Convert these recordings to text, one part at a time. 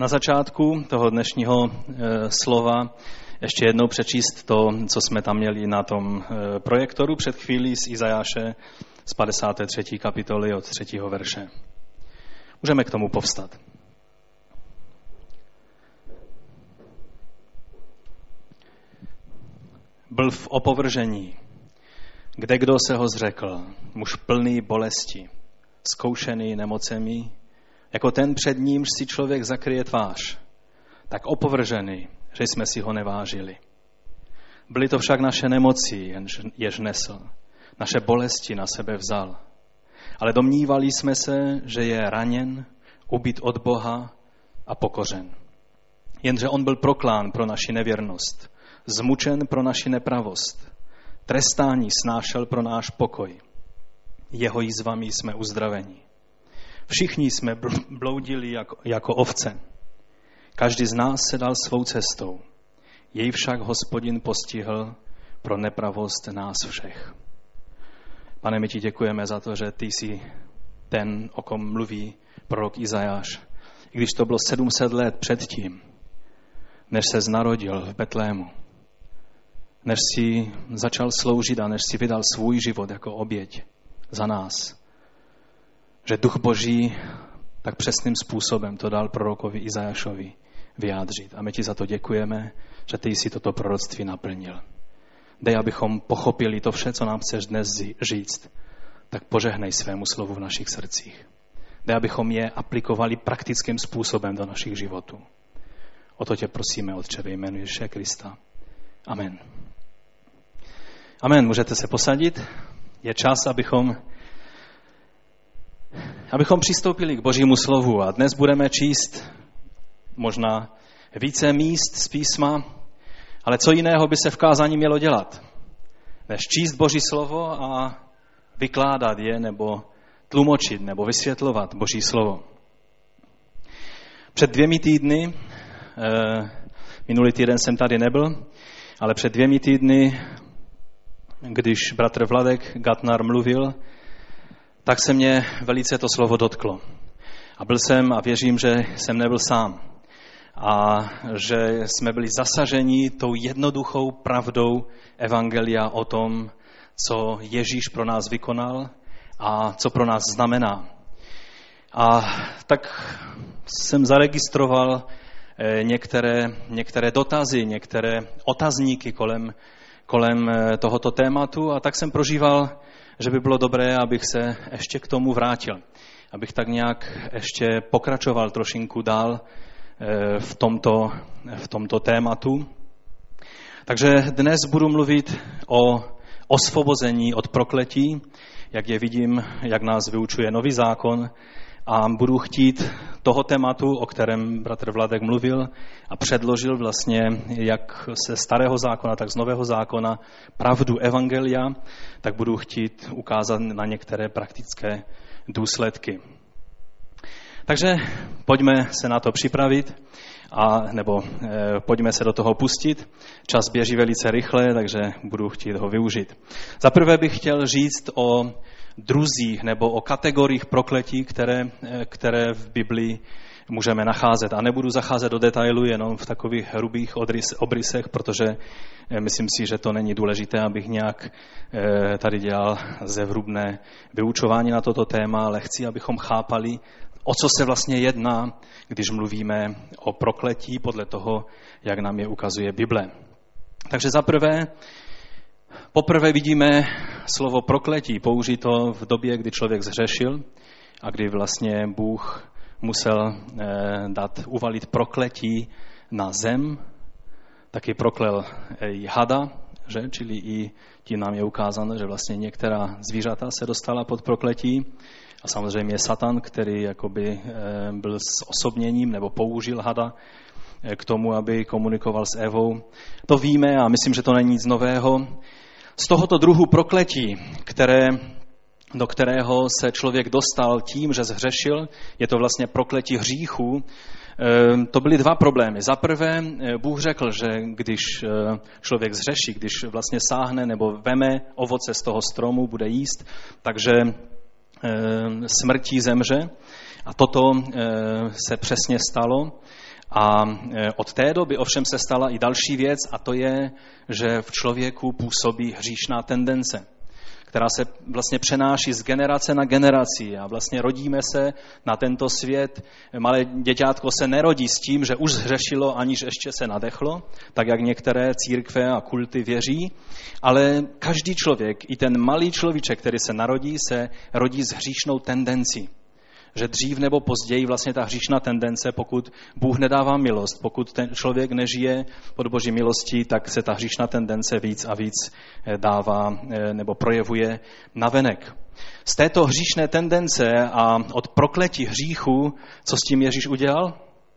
na začátku toho dnešního slova ještě jednou přečíst to, co jsme tam měli na tom projektoru před chvílí z Izajáše z 53. kapitoly od 3. verše. Můžeme k tomu povstat. Byl v opovržení, kde kdo se ho zřekl, muž plný bolesti, zkoušený nemocemi, jako ten před nímž si člověk zakryje tvář, tak opovržený, že jsme si ho nevážili. Byly to však naše nemoci, jež nesl, naše bolesti na sebe vzal. Ale domnívali jsme se, že je raněn, ubit od Boha a pokořen. Jenže on byl proklán pro naši nevěrnost, zmučen pro naši nepravost, trestání snášel pro náš pokoj. Jeho jizvami jsme uzdraveni. Všichni jsme bloudili jako ovce. Každý z nás se dal svou cestou. Jej však Hospodin postihl pro nepravost nás všech. Pane, my ti děkujeme za to, že ty jsi ten, o kom mluví prorok Izajáš. I když to bylo 700 let předtím, než ses narodil v Betlému, než jsi začal sloužit a než jsi vydal svůj život jako oběť za nás, že Duch Boží tak přesným způsobem to dal prorokovi Izajášovi vyjádřit. A my ti za to děkujeme, že ty jsi toto proroctví naplnil. Dej, abychom pochopili to vše, co nám chceš dnes říct, tak požehnej svému slovu v našich srdcích. Dej, abychom je aplikovali praktickým způsobem do našich životů. O to tě prosíme, Otče, ve jménu Ježíše Krista. Amen. Amen. Můžete se posadit. Je čas, abychom přistoupili k Božímu slovu. A dnes budeme číst možná více míst z písma, ale co jiného by se v kázání mělo dělat, než číst Boží slovo a vykládat je, nebo tlumočit, nebo vysvětlovat Boží slovo. Před 2 týdny, minulý týden jsem tady nebyl, ale před 2 týdny, když bratr Vladek Gatnar mluvil, tak se mě velice to slovo dotklo. A byl jsem a věřím, že jsem nebyl sám. A že jsme byli zasaženi tou jednoduchou pravdou evangelia o tom, co Ježíš pro nás vykonal a co pro nás znamená. A tak jsem zaregistroval některé dotazy, některé otazníky kolem tohoto tématu a tak jsem prožíval, že by bylo dobré, abych se ještě k tomu vrátil. Abych tak nějak ještě pokračoval trošinku dál v tomto tématu. Takže dnes budu mluvit o osvobození od prokletí, jak je vidím, jak nás vyučuje Nový zákon, a budu chtít toho tématu, o kterém bratr Vladek mluvil a předložil vlastně jak ze Starého zákona, tak z Nového zákona pravdu evangelia, tak budu chtít ukázat na některé praktické důsledky. Takže pojďme se na to připravit, pojďme se do toho pustit. Čas běží velice rychle, takže budu chtít ho využít. Za prvé bych chtěl říct o druzích nebo o kategoriích prokletí, které v Biblii můžeme nacházet. A nebudu zacházet do detailu jenom v takových hrubých obrysech, protože myslím si, že to není důležité, abych nějak tady dělal zevrubné vyučování na toto téma, ale chci, abychom chápali, o co se vlastně jedná, když mluvíme o prokletí podle toho, jak nám je ukazuje Bible. Takže poprvé vidíme slovo prokletí použito v době, kdy člověk zhřešil a kdy vlastně Bůh musel uvalit prokletí na zem, taky proklel i hada, že? Čili i tím nám je ukázáno, že vlastně některá zvířata se dostala pod prokletí. A samozřejmě Satan, který jakoby byl s osobněním nebo použil hada k tomu, aby komunikoval s Evou. To víme a myslím, že to není nic nového. Z tohoto druhu prokletí, do kterého se člověk dostal tím, že zhřešil, je to vlastně prokletí hříchu, to byly 2 problémy. Za prvé, Bůh řekl, že když člověk zhřeší, když vlastně sáhne nebo veme ovoce z toho stromu, bude jíst, takže smrtí zemře. A toto se přesně stalo. A od té doby ovšem se stala i další věc, a to je, že v člověku působí hříšná tendence, která se vlastně přenáší z generace na generaci a vlastně rodíme se na tento svět. Malé děťátko se nerodí s tím, že už zhřešilo, aniž ještě se nadechlo, tak jak některé církve a kulty věří, ale každý člověk, i ten malý človíček, který se narodí, se rodí s hříšnou tendencí. Že dřív nebo později vlastně ta hříšná tendence, pokud Bůh nedává milost, pokud ten člověk nežije pod Boží milostí, tak se ta hříšná tendence víc a víc dává nebo projevuje navenek. Z této hříšné tendence a od prokletí hříchu, co s tím Ježíš udělal?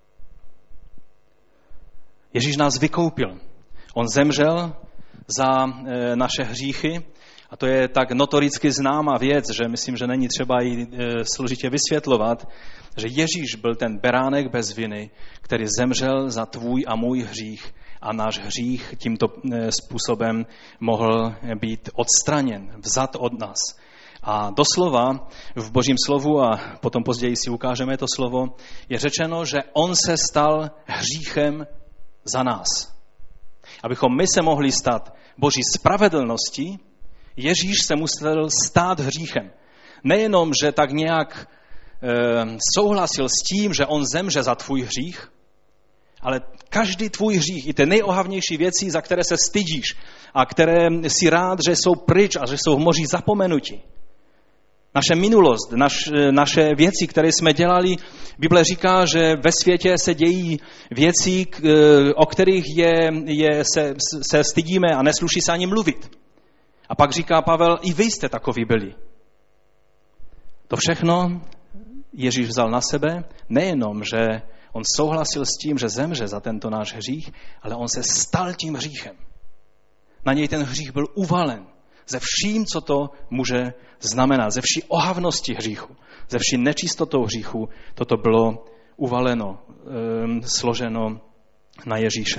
Ježíš nás vykoupil. On zemřel za naše hříchy. A to je tak notoricky známá věc, že myslím, že není třeba ji složitě vysvětlovat, že Ježíš byl ten beránek bez viny, který zemřel za tvůj a můj hřích a náš hřích tímto způsobem mohl být odstraněn, vzat od nás. A doslova v Božím slovu, a potom později si ukážeme to slovo, je řečeno, že on se stal hříchem za nás. Abychom my se mohli stát Boží spravedlností, Ježíš se musel stát hříchem. Nejenom, že tak nějak souhlasil s tím, že on zemře za tvůj hřích, ale každý tvůj hřích, i ty nejohavnější věci, za které se stydíš a které si rád, že jsou pryč a že jsou v moři zapomenuti. Naše minulost, naše věci, které jsme dělali, Bible říká, že ve světě se dějí věci, o kterých se stydíme a nesluší se ani mluvit. A pak říká Pavel, i vy jste takoví byli. To všechno Ježíš vzal na sebe, nejenom, že on souhlasil s tím, že zemře za tento náš hřích, ale on se stal tím hříchem. Na něj ten hřích byl uvalen. Ze vším, co to může znamenat, ze vší ohavnosti hříchu, ze vší nečistotou hříchu, toto bylo uvaleno, složeno na Ježíše.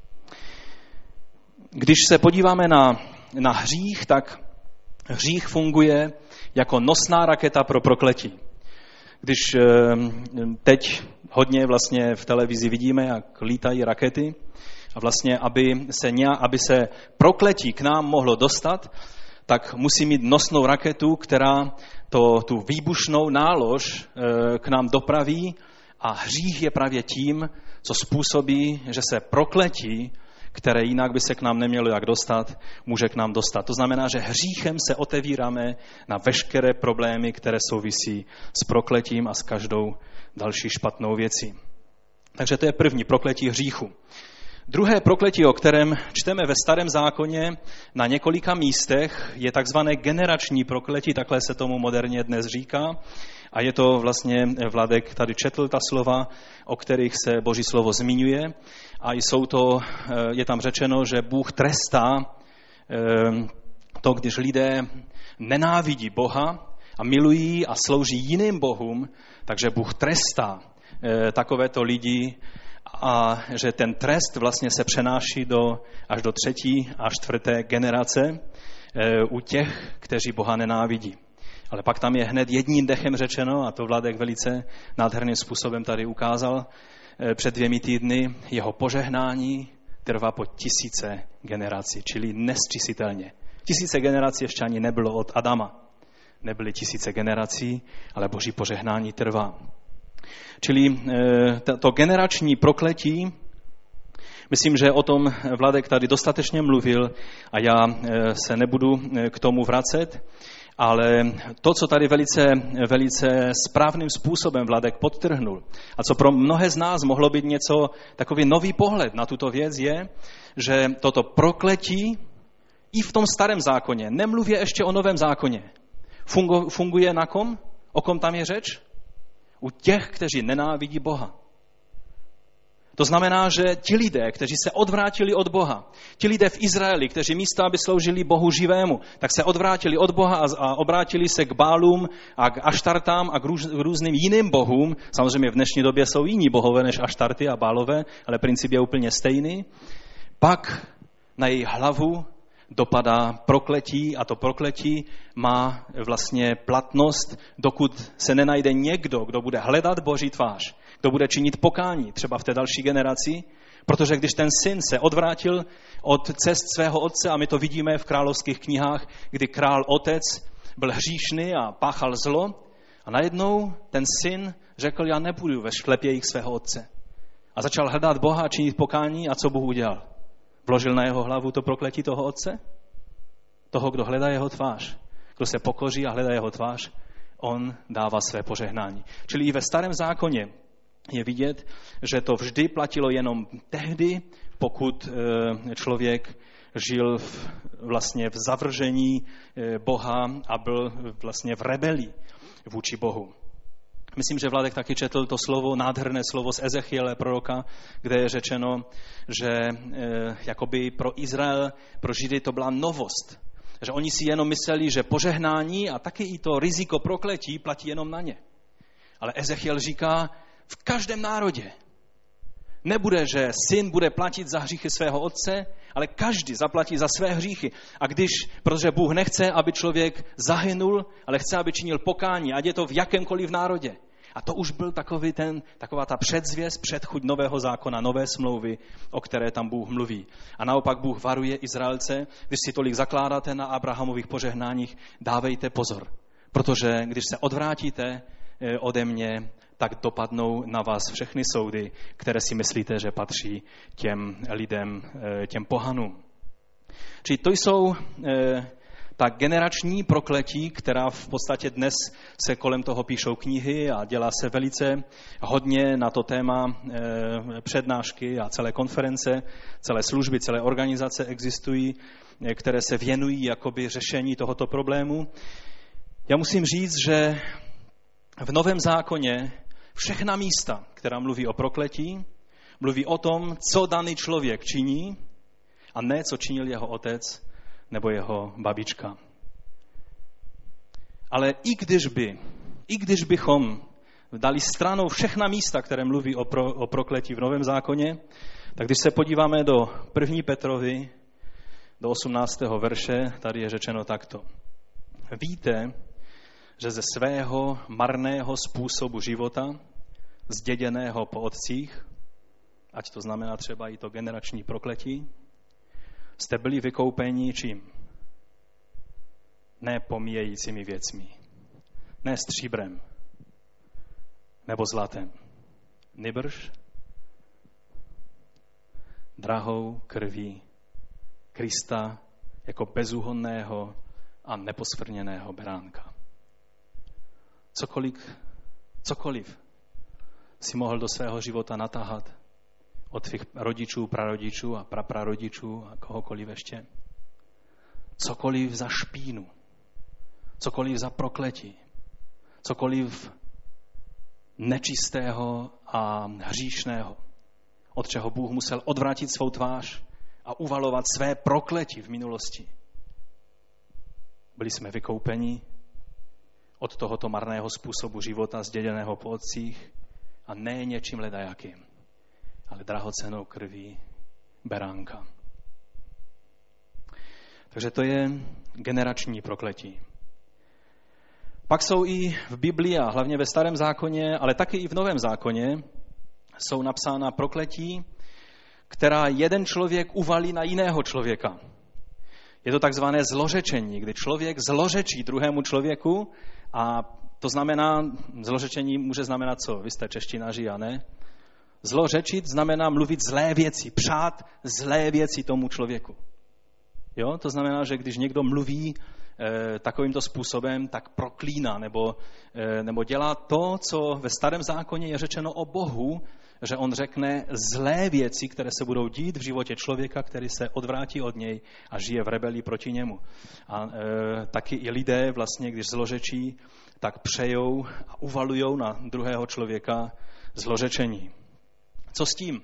Když se podíváme na hřích, tak hřích funguje jako nosná raketa pro prokletí. Když teď hodně vlastně v televizi vidíme, jak lítají rakety, a vlastně, aby se prokletí k nám mohlo dostat, tak musí mít nosnou raketu, která tu výbušnou nálož k nám dopraví, a hřích je právě tím, co způsobí, že se prokletí, které jinak by se k nám nemělo jak dostat, může k nám dostat. To znamená, že hříchem se otevíráme na veškeré problémy, které souvisí s prokletím a s každou další špatnou věcí. Takže to je první, prokletí hříchu. Druhé prokletí, o kterém čteme ve Starém zákoně na několika místech, je takzvané generační prokletí, takhle se tomu moderně dnes říká. A je to vlastně, Vladek tady četl ta slova, o kterých se Boží slovo zmiňuje. A je tam řečeno, že Bůh trestá to, když lidé nenávidí Boha a milují a slouží jiným bohům, takže Bůh trestá takovéto lidi, a že ten trest vlastně se přenáší až do 3. a 4. generace u těch, kteří Boha nenávidí. Ale pak tam je hned jedním dechem řečeno, a to Vladek velice nádherným způsobem tady ukázal před 2 týdny, jeho požehnání trvá po 1000 generací, čili nesčísitelně. 1000 generací ještě ani nebylo od Adama. Nebyly 1000 generací, ale Boží požehnání trvá. Čili to generační prokletí, myslím, že o tom Vladek tady dostatečně mluvil a já se nebudu k tomu vracet, ale to, co tady velice správným způsobem Vladek podtrhnul a co pro mnohé z nás mohlo být něco, takový nový pohled na tuto věc, je, že toto prokletí i v tom Starém zákoně, nemluvě ještě o Novém zákoně, funguje na kom? O kom tam je řeč? U těch, kteří nenávidí Boha. To znamená, že ti lidé, kteří se odvrátili od Boha, ti lidé v Izraeli, kteří místo, aby sloužili Bohu živému, tak se odvrátili od Boha a obrátili se k Bálům a k Aštartám a k různým jiným bohům. Samozřejmě v dnešní době jsou jiní bohové než Aštarty a Bálové, ale princip je úplně stejný. Pak na její hlavu dopadá prokletí a to prokletí má vlastně platnost, dokud se nenajde někdo, kdo bude hledat Boží tvář kdo bude činit pokání, třeba v té další generaci, protože když ten syn se odvrátil od cest svého otce, a my to vidíme v královských knihách, kdy král otec byl hříšný a páchal zlo, a najednou ten syn řekl, já nebudu ve šlepějích svého otce. A začal hledat Boha a činit pokání, a co Bůh udělal? Vložil na jeho hlavu to prokletí toho otce? Toho, kdo hledá jeho tvář. Kdo se pokoří a hledá jeho tvář, on dává své požehnání. Čili i ve Starém zákoně je vidět, že to vždy platilo jenom tehdy, pokud člověk žil vlastně v zavržení Boha a byl vlastně v rebelii vůči Bohu. Myslím, že Vladek taky četl to slovo, nádherné slovo z Ezechiele proroka, kde je řečeno, že jakoby pro Izrael, pro Židy to byla novost. Že oni si jenom mysleli, že požehnání a taky i to riziko prokletí platí jenom na ně. Ale Ezechiel říká, v každém národě nebude, že syn bude platit za hříchy svého otce, ale každý zaplatí za své hříchy. A protože Bůh nechce, aby člověk zahynul, ale chce, aby činil pokání, ať je to v jakémkoliv národě. A to už byl taková ta předzvěst, předchuť nového zákona, nové smlouvy, o které tam Bůh mluví. A naopak Bůh varuje Izraelce, když si tolik zakládáte na Abrahamových požehnáních, dávejte pozor. Protože když se odvrátíte ode mě, tak dopadnou na vás všechny soudy, které si myslíte, že patří těm lidem, těm pohanům. Čili to jsou ta generační prokletí, která v podstatě dnes se kolem toho píšou knihy a dělá se velice hodně na to téma přednášky a celé konference, celé služby, celé organizace existují, které se věnují jakoby řešení tohoto problému. Já musím říct, že v Novém zákoně všechna místa, která mluví o prokletí, mluví o tom, co daný člověk činí a ne, co činil jeho otec nebo jeho babička. Ale i když bychom dali stranou všechna místa, které mluví o prokletí v Novém zákoně, tak když se podíváme do 1. Petrovi, do 18. verše, tady je řečeno takto. Víte, že ze svého marného způsobu života, zděděného po otcích, ať to znamená třeba i to generační prokletí, jste byli vykoupeni čím? Ne pomíjejícími věcmi, ne stříbrem nebo zlatem, nýbrž drahou krví Krista jako bezúhonného a neposkvrněného beránka. Cokoliv si mohl do svého života natáhat od tvých rodičů, prarodičů a praprarodičů a kohokoliv ještě. Cokoliv za špínu, cokoliv za prokletí, cokoliv nečistého a hříšného, od čeho Bůh musel odvrátit svou tvář a uvalovat své prokletí v minulosti. Byli jsme vykoupeni od tohoto marného způsobu života, zděděného po otcích, a ne něčím ledajakým, ale drahocennou krví beránka. Takže to je generační prokletí. Pak jsou i v Biblii a hlavně ve Starém zákoně, ale taky i v Novém zákoně jsou napsána prokletí, která jeden člověk uvalí na jiného člověka. Je to takzvané zlořečení, kdy člověk zlořečí druhému člověku, a to znamená, zlořečení může znamenat co? Vy jste češtinaři, a ne? Zlořečit znamená mluvit zlé věci, přát zlé věci tomu člověku. Jo? To znamená, že když někdo mluví takovýmto způsobem, tak proklíná nebo dělá to, co ve Starém zákoně je řečeno o Bohu, že on řekne zlé věci, které se budou dít v životě člověka, který se odvrátí od něj a žije v rebelii proti němu. A taky i lidé vlastně, když zlořečí, tak přejou a uvalujou na druhého člověka zlořečení. Co s tím?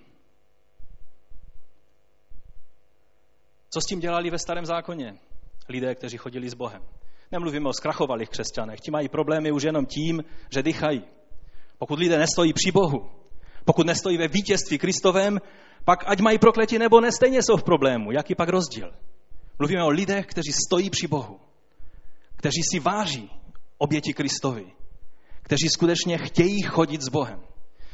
Co s tím dělali ve Starém zákoně lidé, kteří chodili s Bohem? Nemluvíme o zkrachovalých křesťanech. Ti mají problémy už jenom tím, že dýchají. Pokud lidé nestojí při Bohu, pokud nestojí ve vítězství Kristovém, pak ať mají prokletí nebo ne, stejně jsou v problému. Jaký pak rozdíl? Mluvíme o lidech, kteří stojí při Bohu, kteří si váží oběti Kristovi, kteří skutečně chtějí chodit s Bohem.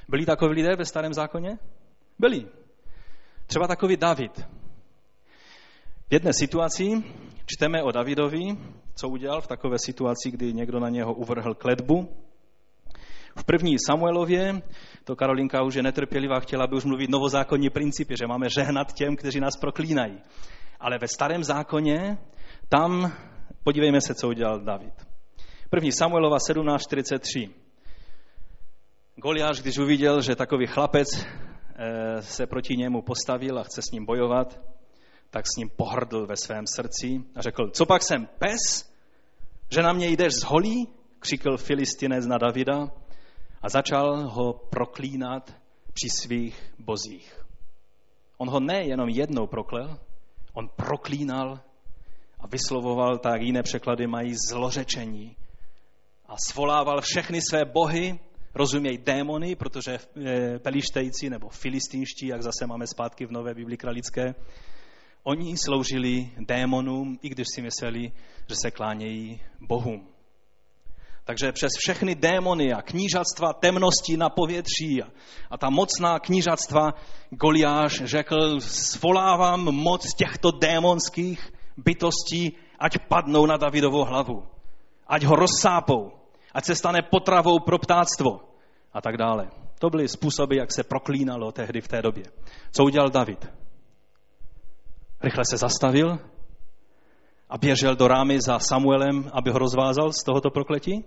Byli takoví lidé ve Starém zákoně? Byli. Třeba takový David. V jedné situaci čteme o Davidovi, co udělal v takové situaci, kdy někdo na něho uvrhl kletbu. V první Samuelově, to Karolinka už je netrpělivá, chtěla by už mluvit novozákonní principy, že máme žehnat těm, kteří nás proklínají. Ale ve Starém zákoně, tam podívejme se, co udělal David. První Samuelova 17:43. Goliáš, když uviděl, že takový chlapec se proti němu postavil a chce s ním bojovat, tak s ním pohrdl ve svém srdci a řekl, co pak jsem pes, že na mě jdeš z holí? Křikl Filistinec na Davida a začal ho proklínat při svých bozích. On ho nejenom jednou proklel, on proklínal a vyslovoval, tak jiné překlady mají, zlořečení a svolával všechny své bohy, rozuměj démony, protože pelištejci nebo filistinští, jak zase máme zpátky v Nové Biblii kralické, oni sloužili démonům, i když si mysleli, že se klánějí bohům. Takže přes všechny démony a knížatstva temnosti na povětří a ta mocná knížatstva Goliáš řekl, svolávám moc těchto démonských bytostí, ať padnou na Davidovou hlavu, ať ho rozsápou, ať se stane potravou pro ptáctvo a tak dále. To byly způsoby, jak se proklínalo tehdy v té době. Co udělal David? Rychle se zastavil a běžel do rámy za Samuelem, aby ho rozvázal z tohoto prokletí?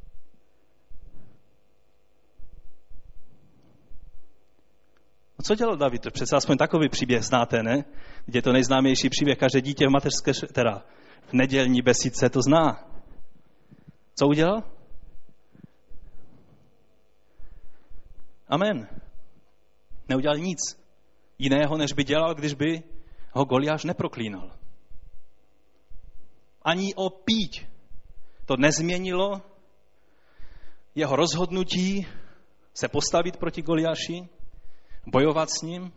No co dělal David? Přece aspoň takový příběh znáte, ne? Kde je to nejznámější příběh, každé dítě v mateřské, teda v nedělní besídce to zná. Co udělal? Amen. Neudělal nic jiného, než by dělal, když by ho Goliáš neproklínal. Ani o píď to nezměnilo jeho rozhodnutí se postavit proti Goliáši, bojovat s ním.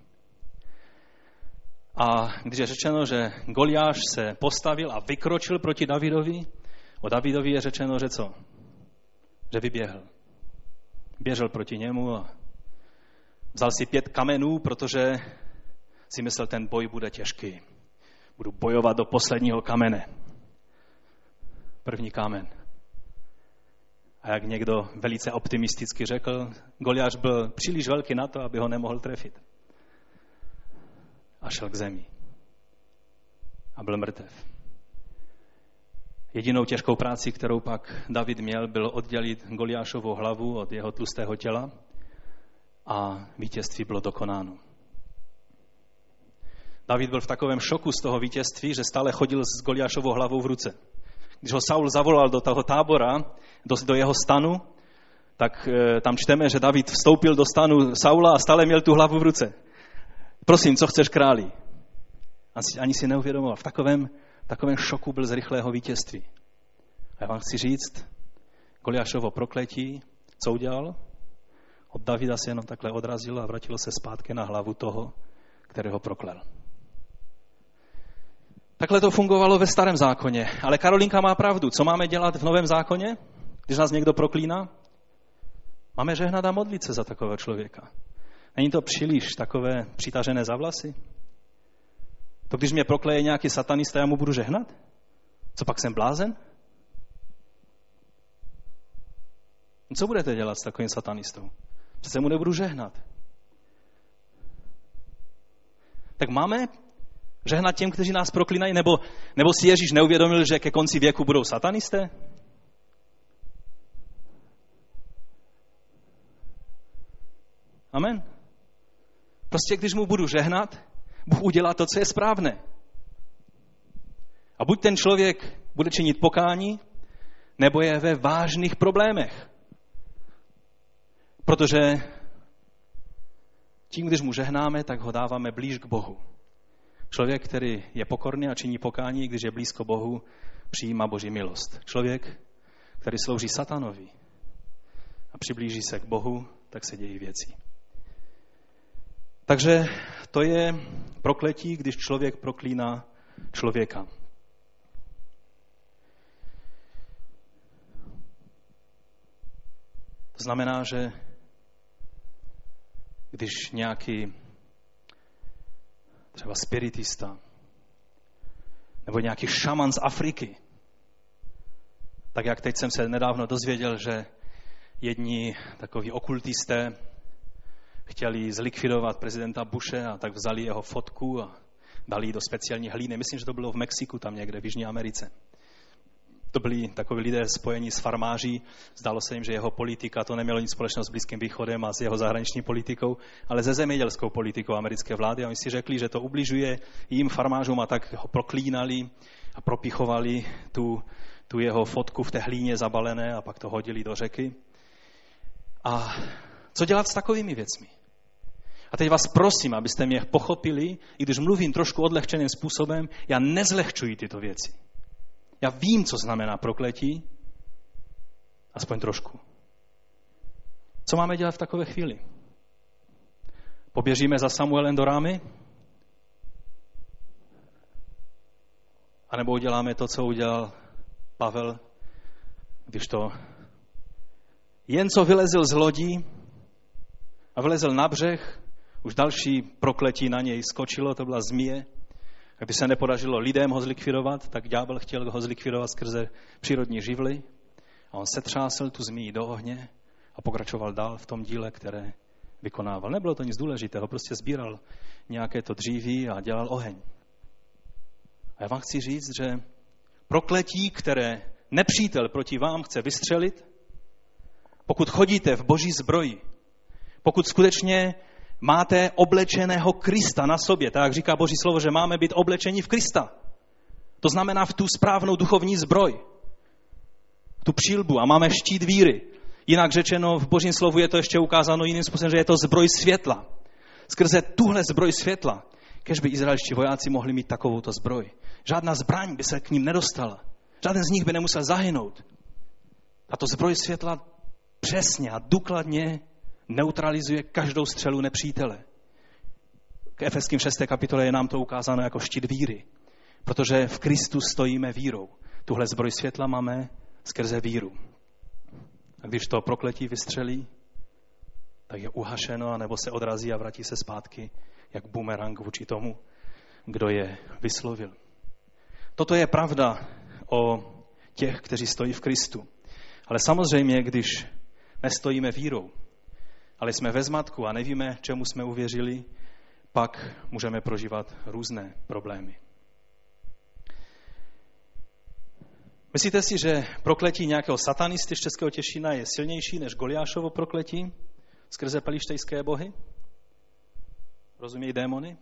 A když je řečeno, že Goliáš se postavil a vykročil proti Davidovi, o Davidovi je řečeno, že co? Že vyběhl. Běžel proti němu a vzal si 5 kamenů, protože si myslel, ten boj bude těžký. Budu bojovat do posledního kamene. První kámen. A jak někdo velice optimisticky řekl, Goliáš byl příliš velký na to, aby ho nemohl trefit. A šel k zemi. A byl mrtev. Jedinou těžkou práci, kterou pak David měl, bylo oddělit Goliášovu hlavu od jeho tlustého těla a vítězství bylo dokonáno. David byl v takovém šoku z toho vítězství, že stále chodil s Goliášovou hlavou v ruce. Když ho Saul zavolal do toho tábora, do jeho stanu, tak tam čteme, že David vstoupil do stanu Saula a stále měl tu hlavu v ruce. Prosím, co chceš králi? Ani si neuvědomoval. V takovém šoku byl z rychlého vítězství. A já vám chci říct, Goliášovo prokletí, co udělal? Od Davida se jenom takhle odrazilo a vrátilo se zpátky na hlavu toho, kterého proklel. Takhle to fungovalo ve Starém zákoně. Ale Karolinka má pravdu. Co máme dělat v Novém zákoně, když nás někdo proklíná? Máme žehnat a modlit se za takového člověka. Není to příliš takové přitažené za vlasy? To když mě prokleje nějaký satanista, já mu budu žehnat? Co pak jsem blázen? Co budete dělat s takovým satanistou? Přece mu nebudu žehnat. Tak máme žehnat těm, kteří nás proklínají? Nebo si Ježíš neuvědomil, že ke konci věku budou satanisté? Amen. Prostě když mu budu žehnat, Bůh udělá to, co je správné. A buď ten člověk bude činit pokání, nebo je ve vážných problémech. Protože tím, když mu žehnáme, tak ho dáváme blíž k Bohu. Člověk, který je pokorný a činí pokání, když je blízko Bohu, přijímá Boží milost. Člověk, který slouží satanovi a přiblíží se k Bohu, tak se dějí věci. Takže to je prokletí, když člověk proklíná člověka. To znamená, že když nějaký třeba spiritista nebo nějaký šaman z Afriky, tak jak teď jsem se nedávno dozvěděl, že jedni takoví okultisté chtěli zlikvidovat prezidenta Bushe a tak vzali jeho fotku a dali ji do speciální hlíny. Myslím, že to bylo v Mexiku, tam někde v Jižní Americe. To byli takoví lidé spojení s farmáří. Zdálo se jim, že jeho politika to nemělo nic společného s Blízkým východem a s jeho zahraniční politikou, ale se zemědělskou politikou americké vlády. A oni si řekli, že to ubližuje jim farmářům a tak ho proklínali a propichovali tu jeho fotku v té hlíně zabalené a pak to hodili do řeky. A co dělat s takovými věcmi? A teď vás prosím, abyste mě pochopili, i když mluvím trošku odlehčeným způsobem, já nezlehčuji tyto věci. Já vím, co znamená prokletí, aspoň trošku. Co máme dělat v takové chvíli? Poběžíme za Samuelem do rámy? A nebo uděláme to, co udělal Pavel, když to jen co vylezl z lodí a vylezl na břeh, už další prokletí na něj skočilo, to byla zmije. Kdyby se nepodařilo lidem ho zlikvidovat, tak ďábel chtěl ho zlikvidovat skrze přírodní živly. A on setřásl tu zmiji do ohně a pokračoval dál v tom díle, které vykonával. Nebylo to nic důležitého, prostě sbíral nějaké to dříví a dělal oheň. A já vám chci říct, že prokletí, které nepřítel proti vám chce vystřelit, pokud chodíte v boží zbroji, pokud skutečně máte oblečeného Krista na sobě, tak jak říká Boží slovo, že máme být oblečeni v Krista. To znamená v tu správnou duchovní zbroj, tu přilbu a máme štít víry. Jinak řečeno v Božím slovu je to ještě ukázáno jiným způsobem, že je to zbroj světla. Skrze tuhle zbroj světla, kež by izraelští vojáci mohli mít takovouto zbroj. Žádná zbraň by se k ním nedostala. Žádný z nich by nemusel zahynout. A to zbroj světla přesně a důkladně neutralizuje každou střelu nepřítele. K Efeským 6. kapitole je nám to ukázáno jako štít víry, protože v Kristu stojíme vírou. Tuhle zbroj světla máme skrze víru. A když to prokletí vystřelí, tak je uhašeno, anebo se odrazí a vrátí se zpátky, jak bumerang vůči tomu, kdo je vyslovil. Toto je pravda o těch, kteří stojí v Kristu. Ale samozřejmě, když nestojíme vírou, ale jsme ve zmatku a nevíme, čemu jsme uvěřili, pak můžeme prožívat různé problémy. Myslíte si, že prokletí nějakého satanisty z Českého Těšína je silnější než Goliášovo prokletí skrze pelištejské bohy? Rozumějí démony?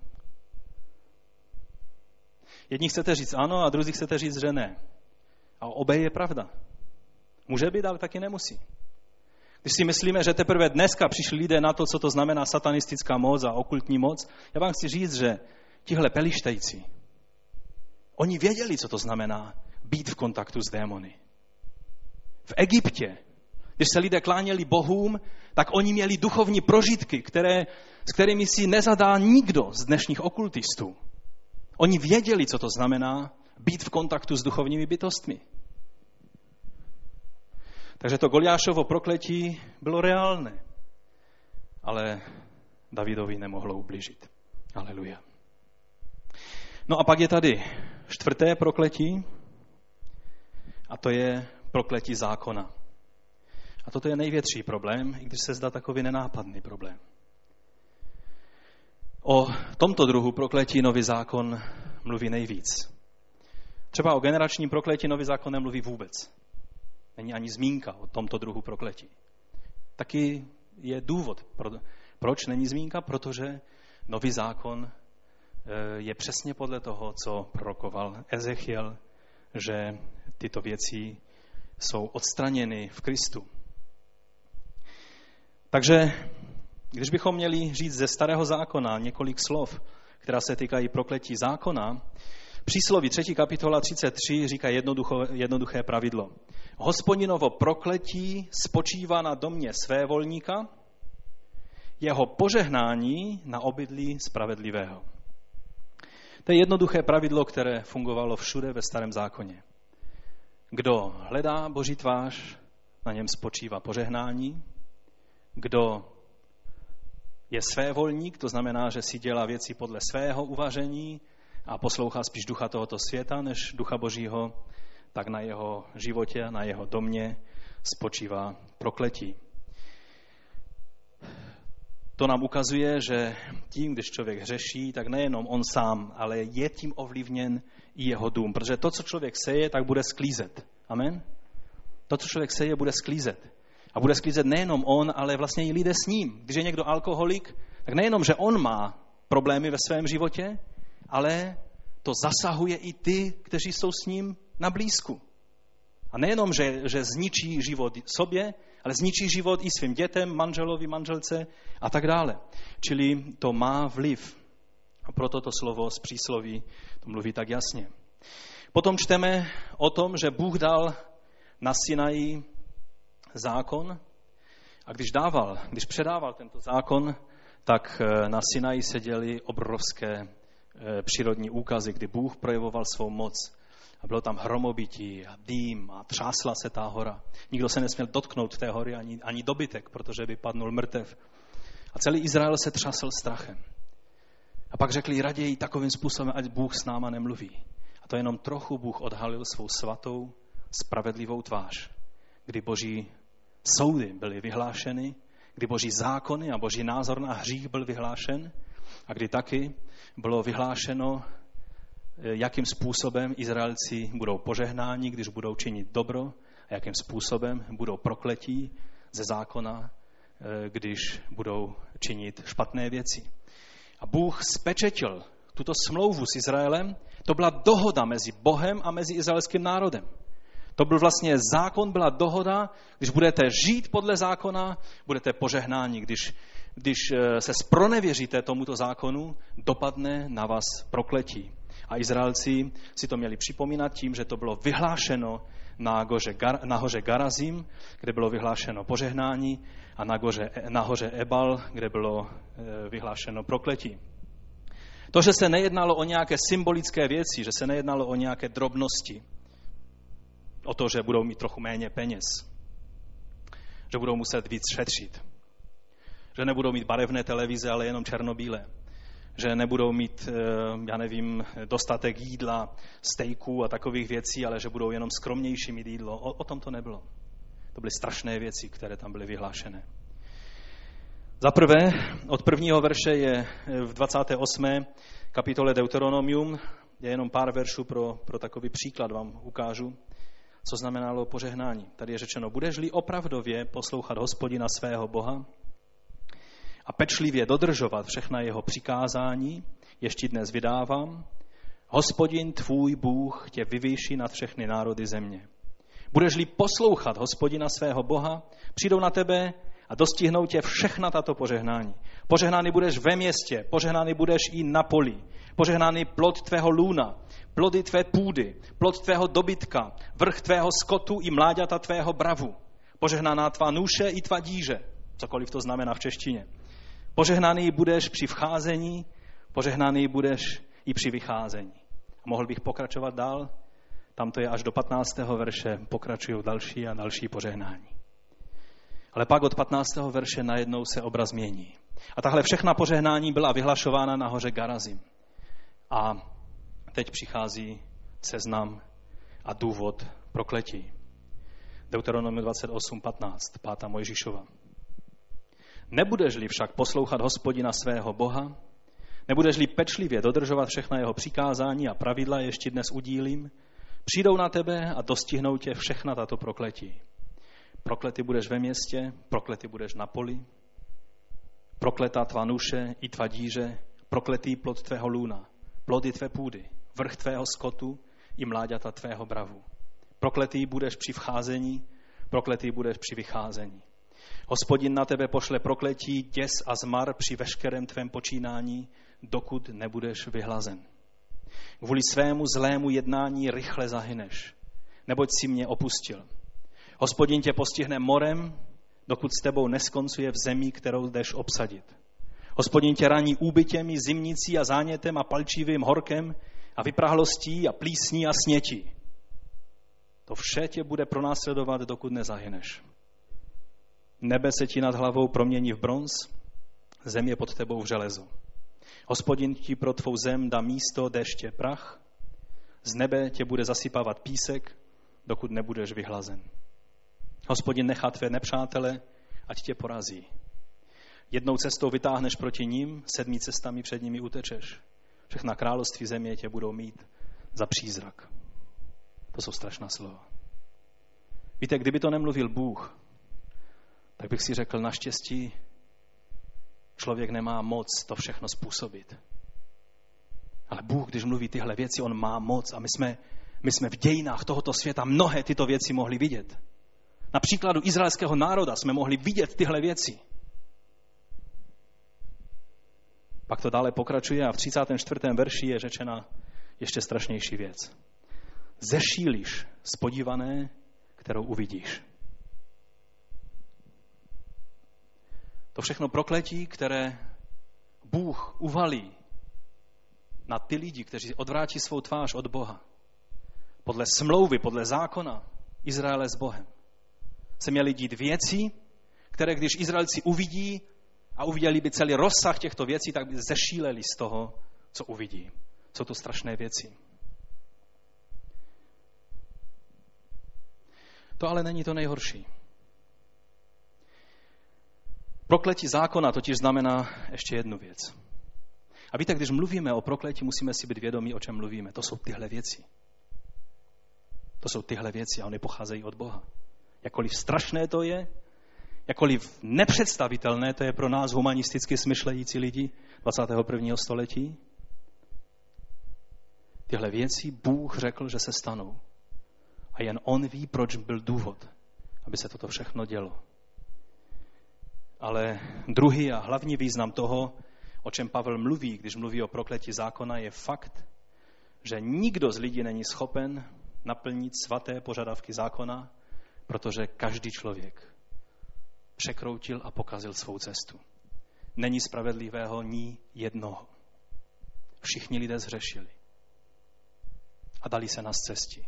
Jedni chcete říct ano a druzí chcete říct, že ne. A obě je pravda. Může být, ale taky nemusí. Když si myslíme, že teprve dneska přišli lidé na to, co to znamená satanistická moc a okultní moc, já vám chci říct, že tihle pelištejci, oni věděli, co to znamená být v kontaktu s démony. V Egyptě, když se lidé kláněli bohům, tak oni měli duchovní prožitky, s kterými si nezadá nikdo z dnešních okultistů. Oni věděli, co to znamená být v kontaktu s duchovními bytostmi. Takže to Goliášovo prokletí bylo reálné, ale Davidovi nemohlo ublížit. Aleluja. No a pak je tady 4. prokletí, a to je prokletí zákona. A toto je největší problém, i když se zdá takový nenápadný problém. O tomto druhu prokletí Nový zákon mluví nejvíc. Třeba o generačním prokletí Nový zákon nemluví vůbec. Není ani zmínka o tomto druhu prokletí. Taky je důvod, proč není zmínka, protože Nový zákon je přesně podle toho, co prorokoval Ezechiel, že tyto věci jsou odstraněny v Kristu. Takže když bychom měli říct ze Starého zákona několik slov, která se týkají prokletí zákona, Přísloví 3. kapitola 33 říká jednoduché pravidlo. Hospodinovo prokletí spočívá na domě svévolníka, jeho požehnání na obydlí spravedlivého. To je jednoduché pravidlo, které fungovalo všude ve Starém zákoně. Kdo hledá Boží tvář, na něm spočívá požehnání. Kdo je svévolník, to znamená, že si dělá věci podle svého uvažení a poslouchá spíš ducha tohoto světa, než ducha Božího, tak na jeho životě, na jeho domě spočívá prokletí. To nám ukazuje, že tím, když člověk hřeší, tak nejenom on sám, ale je tím ovlivněn i jeho dům. Protože to, co člověk seje, tak bude sklízet. Amen? To, co člověk seje, bude sklízet. A bude sklízet nejenom on, ale vlastně i lidé s ním. Když je někdo alkoholik, tak nejenom, že on má problémy ve svém životě, ale to zasahuje i ty, kteří jsou s ním na blízku. A nejenom, že zničí život sobě, ale zničí život i svým dětem, manželovi, manželce a tak dále. Čili to má vliv. A proto to slovo z přísloví to mluví tak jasně. Potom čteme o tom, že Bůh dal na Sinaji zákon a když předával tento zákon, tak na Sinaji se děly obrovské přírodní úkazy, kdy Bůh projevoval svou moc. A bylo tam hromobití a dým a třásla se ta hora. Nikdo se nesměl dotknout té hory, ani dobytek, protože by padnul mrtev. A celý Izrael se třasl strachem. A pak řekli raději takovým způsobem, ať Bůh s náma nemluví. A to jenom trochu Bůh odhalil svou svatou, spravedlivou tvář, kdy Boží soudy byly vyhlášeny, kdy Boží zákony a Boží názor na hřích byl vyhlášen a kdy taky bylo vyhlášeno, jakým způsobem Izraelci budou požehnáni, když budou činit dobro, a jakým způsobem budou prokletí ze zákona, když budou činit špatné věci. A Bůh spečetil tuto smlouvu s Izraelem. To byla dohoda mezi Bohem a mezi izraelským národem. To byl vlastně zákon, byla dohoda, když budete žít podle zákona, budete požehnáni. Když se zpronevěříte tomuto zákonu, dopadne na vás prokletí. A Izraelci si to měli připomínat tím, že to bylo vyhlášeno na hoře Garazim, kde bylo vyhlášeno požehnání, a na hoře Ebal, kde bylo vyhlášeno prokletí. To, že se nejednalo o nějaké symbolické věci, že se nejednalo o nějaké drobnosti, o to, že budou mít trochu méně peněz, že budou muset víc šetřit, že nebudou mít barevné televize, ale jenom černobílé, že nebudou mít, dostatek jídla, stejků a takových věcí, ale že budou jenom skromnější mít jídlo. O tom to nebylo. To byly strašné věci, které tam byly vyhlášené. Za prvé, od prvního verše je v 28. kapitole Deuteronomium, je jenom pár veršů pro takový příklad vám ukážu, co znamenalo požehnání. Tady je řečeno, budeš-li opravdově poslouchat Hospodina svého Boha a pečlivě dodržovat všechna jeho přikázání, ještě dnes vydávám, Hospodin tvůj Bůh tě vyvýší nad všechny národy země. Budeš-li poslouchat Hospodina svého Boha, přijdou na tebe a dostihnou tě všechna tato požehnání. Požehnány budeš ve městě, požehnány budeš i na poli, požehnány plod tvého lůna, plody tvé půdy, plod tvého dobytka, vrch tvého skotu i mláďata tvého bravu. Požehnaná tvá nůše i tvá díže, cokoliv to znamená v češtině. Požehnaný budeš při vcházení, požehnaný budeš i při vycházení. A mohl bych pokračovat dál, tam to je až do 15. verše, pokračují další a další požehnání. Ale pak od 15. verše najednou se obraz mění. A tahle všechna požehnání byla vyhlašována na hoře Garazim. A teď přichází seznam a důvod prokletí. Deuteronomium 28.15, 5. Mojžíšova. Nebudeš-li však poslouchat Hospodina svého Boha, nebudeš-li pečlivě dodržovat všechna jeho přikázání a pravidla, ještě dnes udílím, přijdou na tebe a dostihnou tě všechna tato prokletí. Prokletý budeš ve městě, prokletý budeš na poli, prokletá tvá nuše i tvá díže, prokletý plod tvého lůna, plody tvé půdy, vrch tvého skotu i mláďata tvého bravu. Prokletý budeš při vcházení, prokletý budeš při vycházení. Hospodin na tebe pošle prokletí, děs a zmar při veškerém tvém počínání, dokud nebudeš vyhlazen. Kvůli svému zlému jednání rychle zahyneš, neboť si mě opustil. Hospodin tě postihne morem, dokud s tebou neskoncuje v zemi, kterou jdeš obsadit. Hospodin tě raní úbytěmi, zimnicí a zánětem a palčivým horkem a vyprahlostí a plísní a snětí. To vše tě bude pronásledovat, dokud nezahyneš. Nebe se ti nad hlavou promění v bronz zem je pod tebou v železo. Hospodin ti pro tvou zem dá místo déště prach, z nebe tě bude zasypávat písek, dokud nebudeš vyhlazen. Hospodin nechá tvé nepřátele, ať tě porazí. Jednou cestou vytáhneš proti ním, 7 cestami před nimi utečeš. Všechna království země tě budou mít za přízrak. To jsou strašná slova. Víte, kdyby to nemluvil Bůh, tak bych si řekl, naštěstí člověk nemá moc to všechno způsobit. Ale Bůh, když mluví tyhle věci, on má moc a my jsme v dějinách tohoto světa mnohé tyto věci mohli vidět. Na příkladu izraelského národa jsme mohli vidět tyhle věci. Pak to dále pokračuje a v 34. verši je řečena ještě strašnější věc. Zešílíš z podívané, kterou uvidíš. To všechno prokletí, které Bůh uvalí na ty lidi, kteří odvrátí svou tvář od Boha. Podle smlouvy, podle zákona Izraele s Bohem. Se měly dít věci, které když Izraelci uvidí a uviděli by celý rozsah těchto věcí, tak by zešíleli z toho, co uvidí. Jsou to strašné věci. To ale není to nejhorší. Prokletí zákona totiž znamená ještě jednu věc. A víte, když mluvíme o prokletí, musíme si být vědomí, o čem mluvíme. To jsou tyhle věci. To jsou tyhle věci a oni pocházejí od Boha. Jakkoliv strašné to je, jakkoliv nepředstavitelné to je pro nás humanisticky smyšlející lidi 21. století, tyhle věci Bůh řekl, že se stanou. A jen on ví, proč byl důvod, aby se toto všechno dělo. Ale druhý a hlavní význam toho, o čem Pavel mluví, když mluví o prokletí zákona, je fakt, že nikdo z lidí není schopen naplnit svaté požadavky zákona, protože každý člověk překroutil a pokazil svou cestu. Není spravedlivého ni jednoho. Všichni lidé zhřešili a dali se na cestě.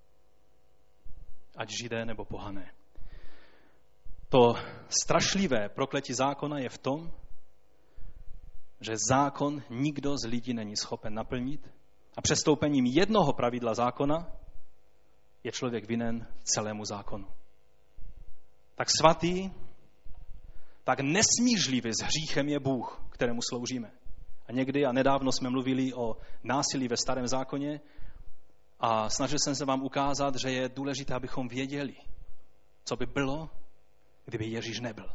Ať Židé nebo pohané. To strašlivé prokletí zákona je v tom, že zákon nikdo z lidí není schopen naplnit a přestoupením jednoho pravidla zákona je člověk vinen celému zákonu. Tak svatý, tak nesmířlivý s hříchem je Bůh, kterému sloužíme. A někdy a nedávno jsme mluvili o násilí ve Starém zákoně a snažil jsem se vám ukázat, že je důležité, abychom věděli, co by bylo, kdyby Ježíš nebyl.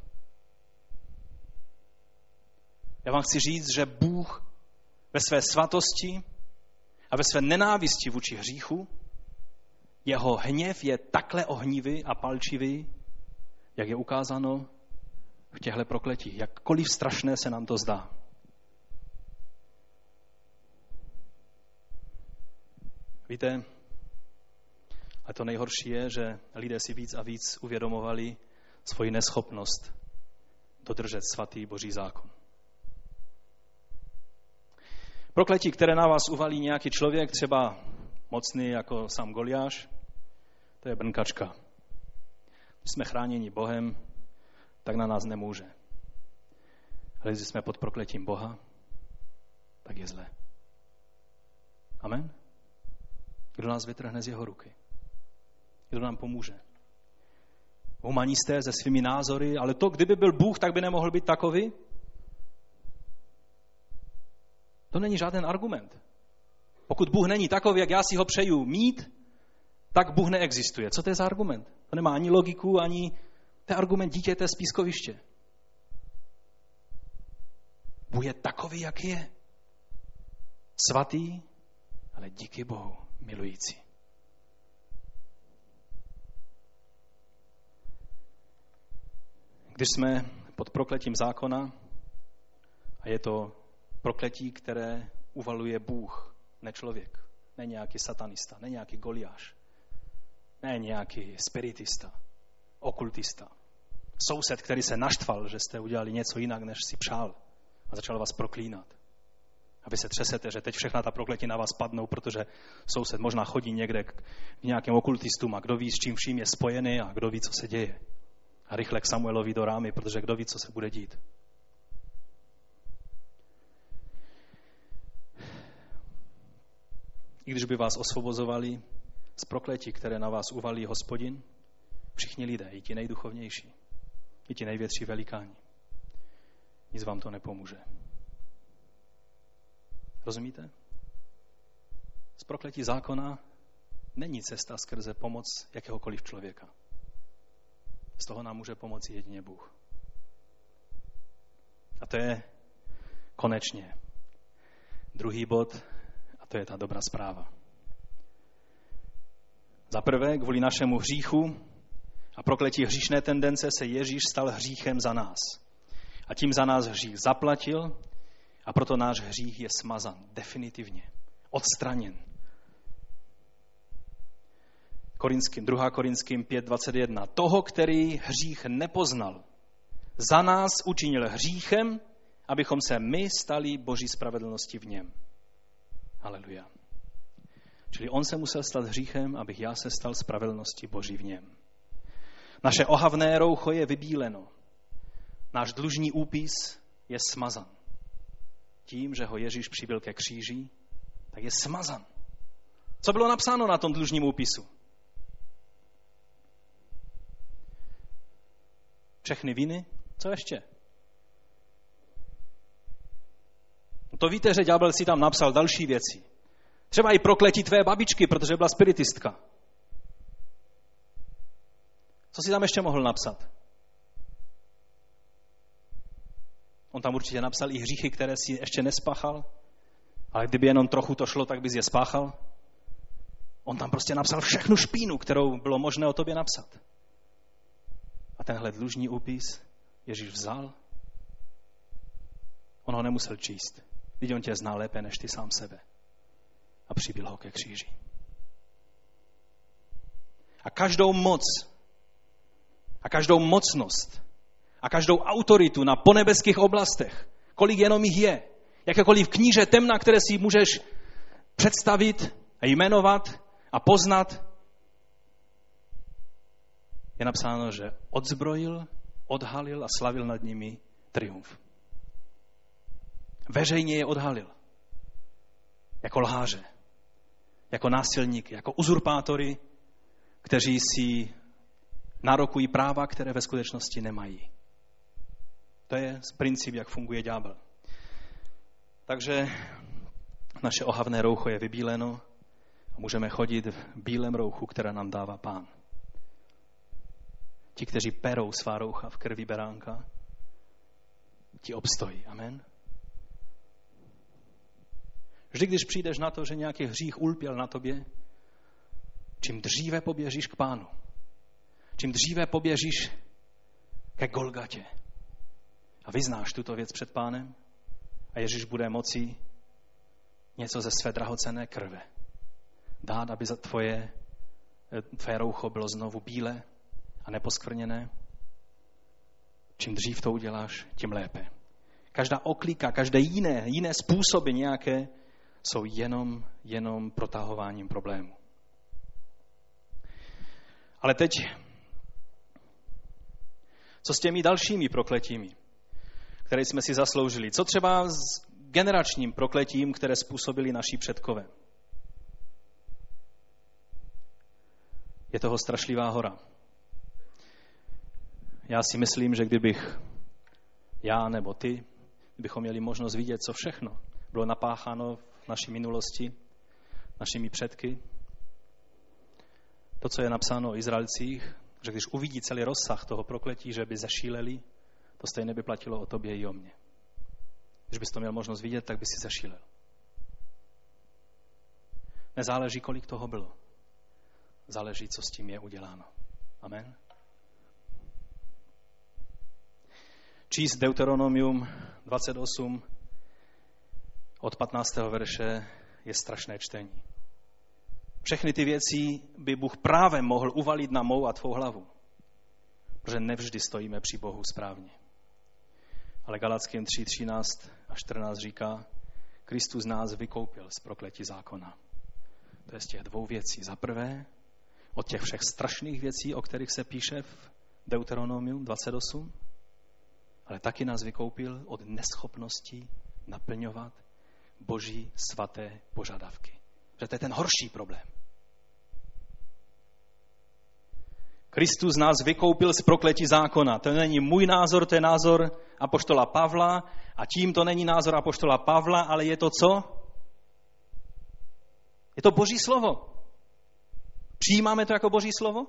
Já vám chci říct, že Bůh ve své svatosti a ve své nenávisti vůči hříchu, jeho hněv je takhle ohnivý a palčivý, jak je ukázáno v těchto prokletích. Jakkoliv strašné se nám to zdá. Víte, a to nejhorší je, že lidé si víc a víc uvědomovali svoji neschopnost dodržet svatý Boží zákon. Prokletí, které na vás uvalí nějaký člověk, třeba mocný jako sám Goliáš, to je brnkačka. Když jsme chráněni Bohem, tak na nás nemůže. Ale když jsme pod prokletím Boha, tak je zlé. Amen? Kdo nás vytrhne z jeho ruky? Kdo nám pomůže? Humanisté se svými názory, ale to, kdyby byl Bůh, tak by nemohl být takový? To není žádný argument. Pokud Bůh není takový, jak já si ho přeju mít, tak Bůh neexistuje. Co to je za argument? To nemá ani logiku, ani... To je argument dítěte z pískoviště. Bůh je takový, jak je. Svatý, ale díky Bohu milující. Když jsme pod prokletím zákona, a je to prokletí, které uvaluje Bůh, ne člověk, ne nějaký satanista, ne nějaký Goliáš, ne nějaký spiritista, okultista. Soused, který se naštval, že jste udělali něco jinak, než si přál a začal vás proklínat. A vy se třesete, že teď všechna ta prokletí na vás padnou, protože soused možná chodí někde k nějakým okultistům a kdo ví, s čím vším je spojený a kdo ví, co se děje. A rychle k Samuelovi do rámy, protože kdo ví, co se bude dít. I když by vás osvobozovali z prokletí, které na vás uvalí Hospodin, všichni lidé, i ti nejduchovnější, i ti největší velikáni, nic vám to nepomůže. Rozumíte? Z prokletí zákona není cesta skrze pomoc jakéhokoliv člověka. Z toho nám může pomoci jedině Bůh. A to je konečně druhý bod, a to je ta dobrá zpráva. Za prvé, kvůli našemu hříchu a prokletí hříšné tendence se Ježíš stal hříchem za nás. A tím za nás hřích zaplatil a proto náš hřích je smazan definitivně, odstraněn. 2. Korinským 5:21. Toho, který hřích nepoznal, za nás učinil hříchem, abychom se my stali Boží spravedlnosti v něm. Haleluja. Čili on se musel stát hříchem, abych já se stal spravedlností Boží v něm. Naše ohavné roucho je vybíleno. Náš dlužní úpis je smazan. Tím, že ho Ježíš přibyl ke kříži, tak je smazan. Co bylo napsáno na tom dlužním úpisu? Všechny viny? Co ještě? No to víte, že ďábel si tam napsal další věci. Třeba i prokletí tvé babičky, protože byla spiritistka. Co si tam ještě mohl napsat? On tam určitě napsal i hříchy, které si ještě nespáchal, ale kdyby jenom trochu to šlo, tak bys je spáchal. On tam prostě napsal všechnu špínu, kterou bylo možné o tobě napsat. A tenhle dlužní úpis Ježíš vzal. On ho nemusel číst. Vždyť on tě zná lépe než ty sám sebe. A přibyl ho ke kříži. A každou moc, a každou mocnost, a každou autoritu na ponebeských oblastech, kolik jenom jich je, jakékoliv kníže temna, které si můžeš představit a jmenovat a poznat, je napsáno, že odzbrojil, odhalil a slavil nad nimi triumf. Veřejně je odhalil. Jako lháře, jako násilníky, jako uzurpátory, kteří si nárokují práva, které ve skutečnosti nemají. To je princip, jak funguje ďábel. Takže naše ohavné roucho je vybíleno a můžeme chodit v bílém rouchu, které nám dává Pán. Ti, kteří perou svá roucha v krvi beránka, ti obstojí. Amen. Vždy, když přijdeš na to, že nějaký hřích ulpěl na tobě, čím dříve poběžíš k Pánu, čím dříve poběžíš ke Golgatě a vyznáš tuto věc před Pánem a Ježíš bude moci něco ze své drahocenné krve dát, aby za tvoje roucho bylo znovu bílé a neposkvrněné. Čím dřív to uděláš, tím lépe. Každá oklika, každé jiné způsoby nějaké jsou jenom protahováním problému. Ale teď, co s těmi dalšími prokletími, které jsme si zasloužili? Co třeba s generačním prokletím, které způsobili naši předkové? Je toho strašlivá hora. Já si myslím, že kdybych já nebo ty, kdybychom měli možnost vidět, co všechno bylo napácháno v naší minulosti, našimi předky, to, co je napsáno o Izraelcích, že když uvidí celý rozsah toho prokletí, že by zašíleli, to stejně by platilo o tobě i o mně. Když bys to měl možnost vidět, tak by si zašílel. Nezáleží, kolik toho bylo. Záleží, co s tím je uděláno. Amen. Číst Deuteronomium 28 od 15. verše je strašné čtení. Všechny ty věci by Bůh právě mohl uvalit na mou a tvou hlavu. Protože nevždy stojíme při Bohu správně. Ale Galackým 3:13 a 14 říká, Kristus nás vykoupil z prokletí zákona. To je z těch dvou věcí. Za prvé, od těch všech strašných věcí, o kterých se píše v Deuteronomium 28, ale taky nás vykoupil od neschopnosti naplňovat Boží svaté požadavky. Že to je ten horší problém. Kristus nás vykoupil z prokletí zákona. To není můj názor, to je názor apoštola Pavla a tím to není názor apoštola Pavla, ale je to co? Je to Boží slovo. Přijímáme to jako Boží slovo?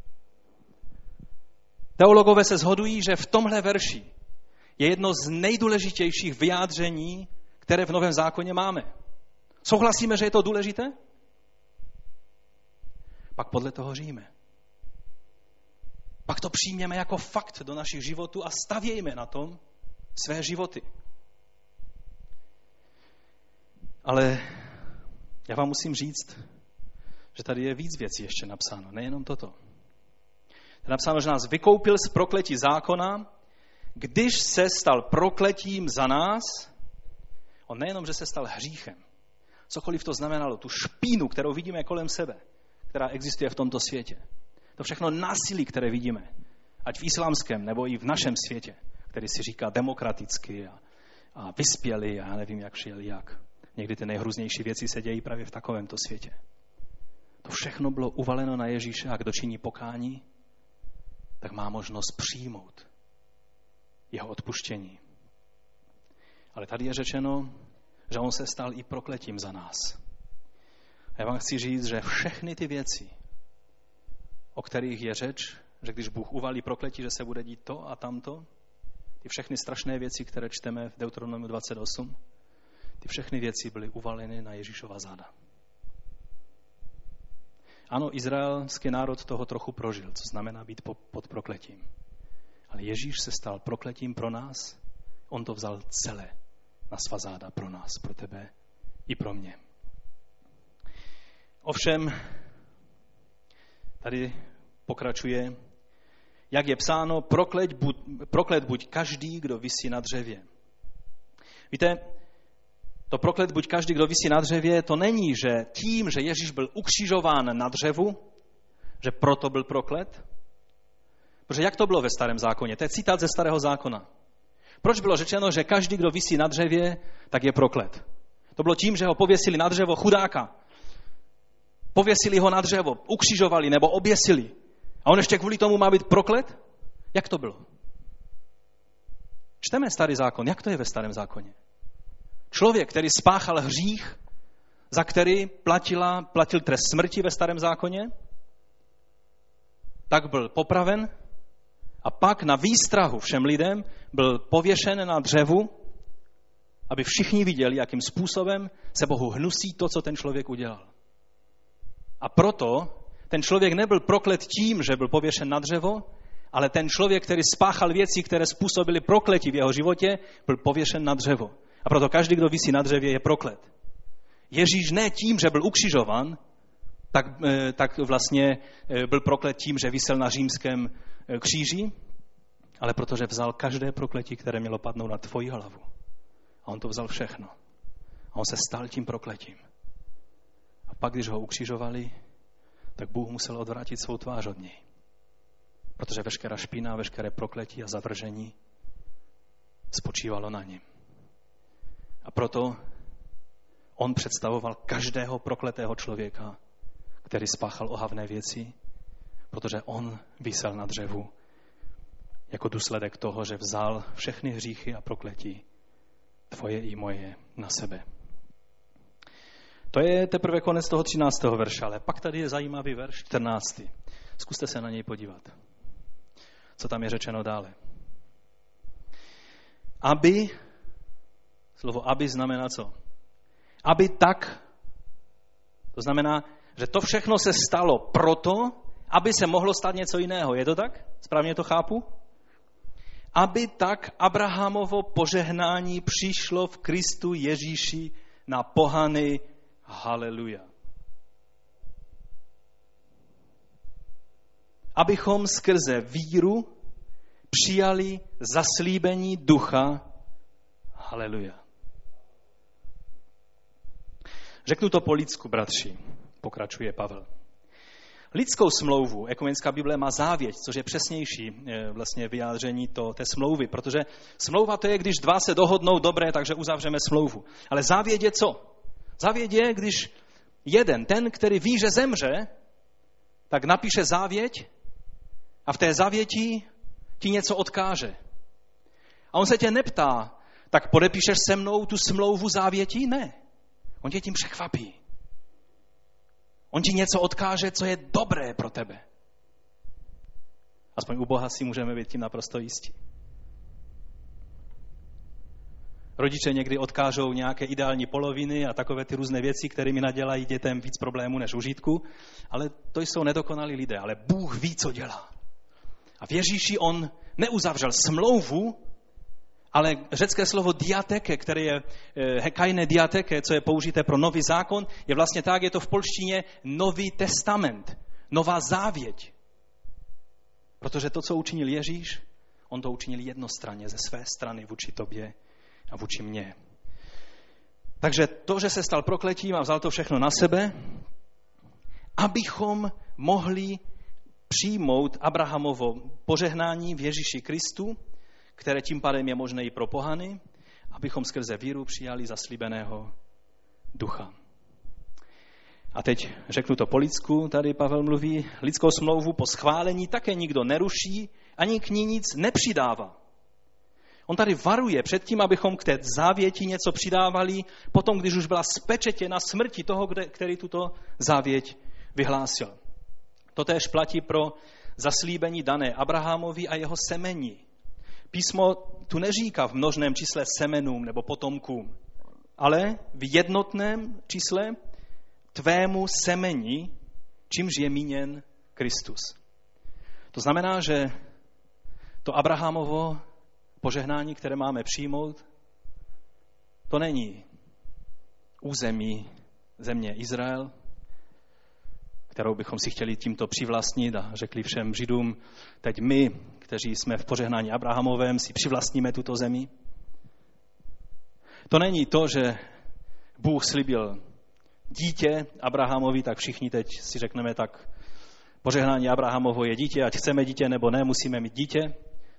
Teologové se shodují, že v tomhle verši je jedno z nejdůležitějších vyjádření, které v Novém zákoně máme. Souhlasíme, že je to důležité? Pak podle toho žijeme. Pak to přijměme jako fakt do našich životů a stavějme na tom své životy. Ale já vám musím říct, že tady je víc věcí ještě napsáno, nejenom toto. Je napsáno, že nás vykoupil z prokletí zákona, když se stal prokletím za nás. On nejenom, že se stal hříchem. Cokoliv to znamenalo, tu špínu, kterou vidíme kolem sebe, která existuje v tomto světě. To všechno násilí, které vidíme, ať v islámském, nebo i v našem světě, který si říká demokraticky a vyspělý a já nevím, jak přijeli jak. Někdy ty nejhrůznější věci se dějí právě v takovémto světě. To všechno bylo uvaleno na Ježíše a kdo činí pokání, tak má možnost přijmout jeho odpuštění. Ale tady je řečeno, že on se stal i prokletím za nás. A já vám chci říct, že všechny ty věci, o kterých je řeč, že když Bůh uvalí prokletí, že se bude dít to a tamto, ty všechny strašné věci, které čteme v Deuteronomiu 28, ty všechny věci byly uvaleny na Ježíšova záda. Ano, izraelský národ toho trochu prožil, co znamená být pod prokletím. Ale Ježíš se stal prokletím pro nás, on to vzal celé na svá záda pro nás, pro tebe i pro mě. Ovšem, tady pokračuje, jak je psáno, proklet buď každý, kdo visí na dřevě. Víte, to proklet buď každý, kdo visí na dřevě, to není, že tím, že Ježíš byl ukřižován na dřevu, že proto byl proklet. Protože jak to bylo ve Starém zákoně? To je citát ze Starého zákona. Proč bylo řečeno, že každý, kdo visí na dřevě, tak je proklet? To bylo tím, že ho pověsili na dřevo chudáka. Pověsili ho na dřevo, ukřižovali nebo oběsili. A on ještě kvůli tomu má být proklet? Jak to bylo? Čteme Starý zákon. Jak to je ve Starém zákoně? Člověk, který spáchal hřích, za který platil trest smrti ve Starém zákoně, tak byl popraven a pak na výstrahu všem lidem byl pověšen na dřevu, aby všichni viděli, jakým způsobem se Bohu hnusí to, co ten člověk udělal. A proto ten člověk nebyl proklet tím, že byl pověšen na dřevo, ale ten člověk, který spáchal věci, které způsobily prokletí v jeho životě, byl pověšen na dřevo. A proto každý, kdo visí na dřevě, je proklet. Ježíš ne tím, že byl ukřižovan, tak vlastně byl proklet tím, že visel na římském kříži, ale protože vzal každé prokletí, které mělo padnout na tvoji hlavu. A on to vzal všechno. A on se stal tím prokletím. A pak, když ho ukřižovali, tak Bůh musel odvrátit svou tvář od něj. Protože veškerá špína, veškeré prokletí a zavržení spočívalo na něm. A proto on představoval každého prokletého člověka, který spáchal ohavné věci, protože on visel na dřevu jako důsledek toho, že vzal všechny hříchy a prokletí tvoje i moje na sebe. To je teprve konec toho 13. verše, ale pak tady je zajímavý verš 14. Zkuste se na něj podívat. Co tam je řečeno dále? Aby, slovo aby znamená co? Aby tak, to znamená, že to všechno se stalo proto, aby se mohlo stát něco jiného. Je to tak? Správně to chápu? Aby tak Abrahamovo požehnání přišlo v Kristu Ježíši na pohany. Haleluja. Abychom skrze víru přijali zaslíbení ducha. Haleluja. Řeknu to po lidsku, bratři, pokračuje Pavel. Lidskou smlouvu, ekumenická Bible má závěť, což je přesnější vlastně vyjádření té smlouvy, protože smlouva to je, když dva se dohodnou, dobré, takže uzavřeme smlouvu. Ale závěť je co? Závěť je, když jeden, ten, který ví, že zemře, tak napíše závěť a v té závěti ti něco odkáže. A on se tě neptá, tak podepíšeš se mnou tu smlouvu závětí? Ne. On tě tím překvapí. On ti něco odkáže, co je dobré pro tebe. Aspoň u Boha si můžeme být tím naprosto jistí. Rodiče někdy odkážou nějaké ideální poloviny a takové ty různé věci, kterými nadělají dětem víc problémů než užitku, ale to jsou nedokonalí lidé, ale Bůh ví, co dělá. A v Ježíši on neuzavřel smlouvu, ale řecké slovo diateke, které je hekajné diateke, co je použité pro nový zákon, je vlastně tak, je to v polštině nový testament, nová závěť. Protože to, co učinil Ježíš, on to učinil jednostranně ze své strany vůči tobě a vůči mně. Takže to, že se stal prokletím a vzal to všechno na sebe, abychom mohli přijmout Abrahamovo požehnání v Ježíši Kristu, které tím pádem je možné i pro pohany, abychom skrze víru přijali zaslíbeného ducha. A teď řeknu to po lidsku, tady Pavel mluví, lidskou smlouvu po schválení také nikdo neruší, ani k ní nic nepřidává. On tady varuje před tím, abychom k té závěti něco přidávali, potom, když už byla spečetěna smrti toho, který tuto závěť vyhlásil. Totéž platí pro zaslíbení dané Abrahamovi a jeho semeni. Písmo tu neříká v množném čísle semenům nebo potomkům, ale v jednotném čísle tvému semeni, čímž je míněn Kristus. To znamená, že to Abrahamovo požehnání, které máme přijmout, to není území země Izrael, kterou bychom si chtěli tímto přivlastnit a řekli všem Židům, teď my, kteří jsme v požehnání Abrahamovém, si přivlastníme tuto zemi. To není to, že Bůh slíbil dítě Abrahamovi, tak všichni teď si řekneme, tak požehnání Abrahamovo je dítě, ať chceme dítě nebo ne, musíme mít dítě.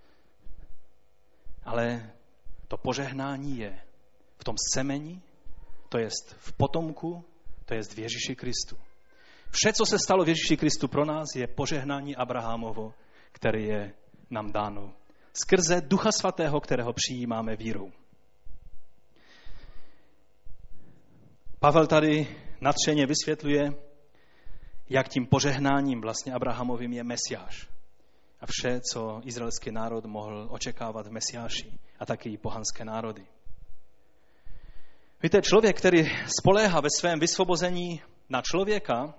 Ale to požehnání je v tom semeni, to jest v potomku, to jest v Ježíši Kristu. Vše, co se stalo v Ježíši Kristu pro nás, je požehnání Abrahamovo, které je nám dáno skrze Ducha Svatého, kterého přijímáme vírou. Pavel tady nadšeně vysvětluje, jak tím požehnáním vlastně Abrahamovým je Mesiáš. A vše, co izraelský národ mohl očekávat v Mesiáši a taky i pohanské národy. Víte, člověk, který spoléhá ve svém vysvobození na člověka,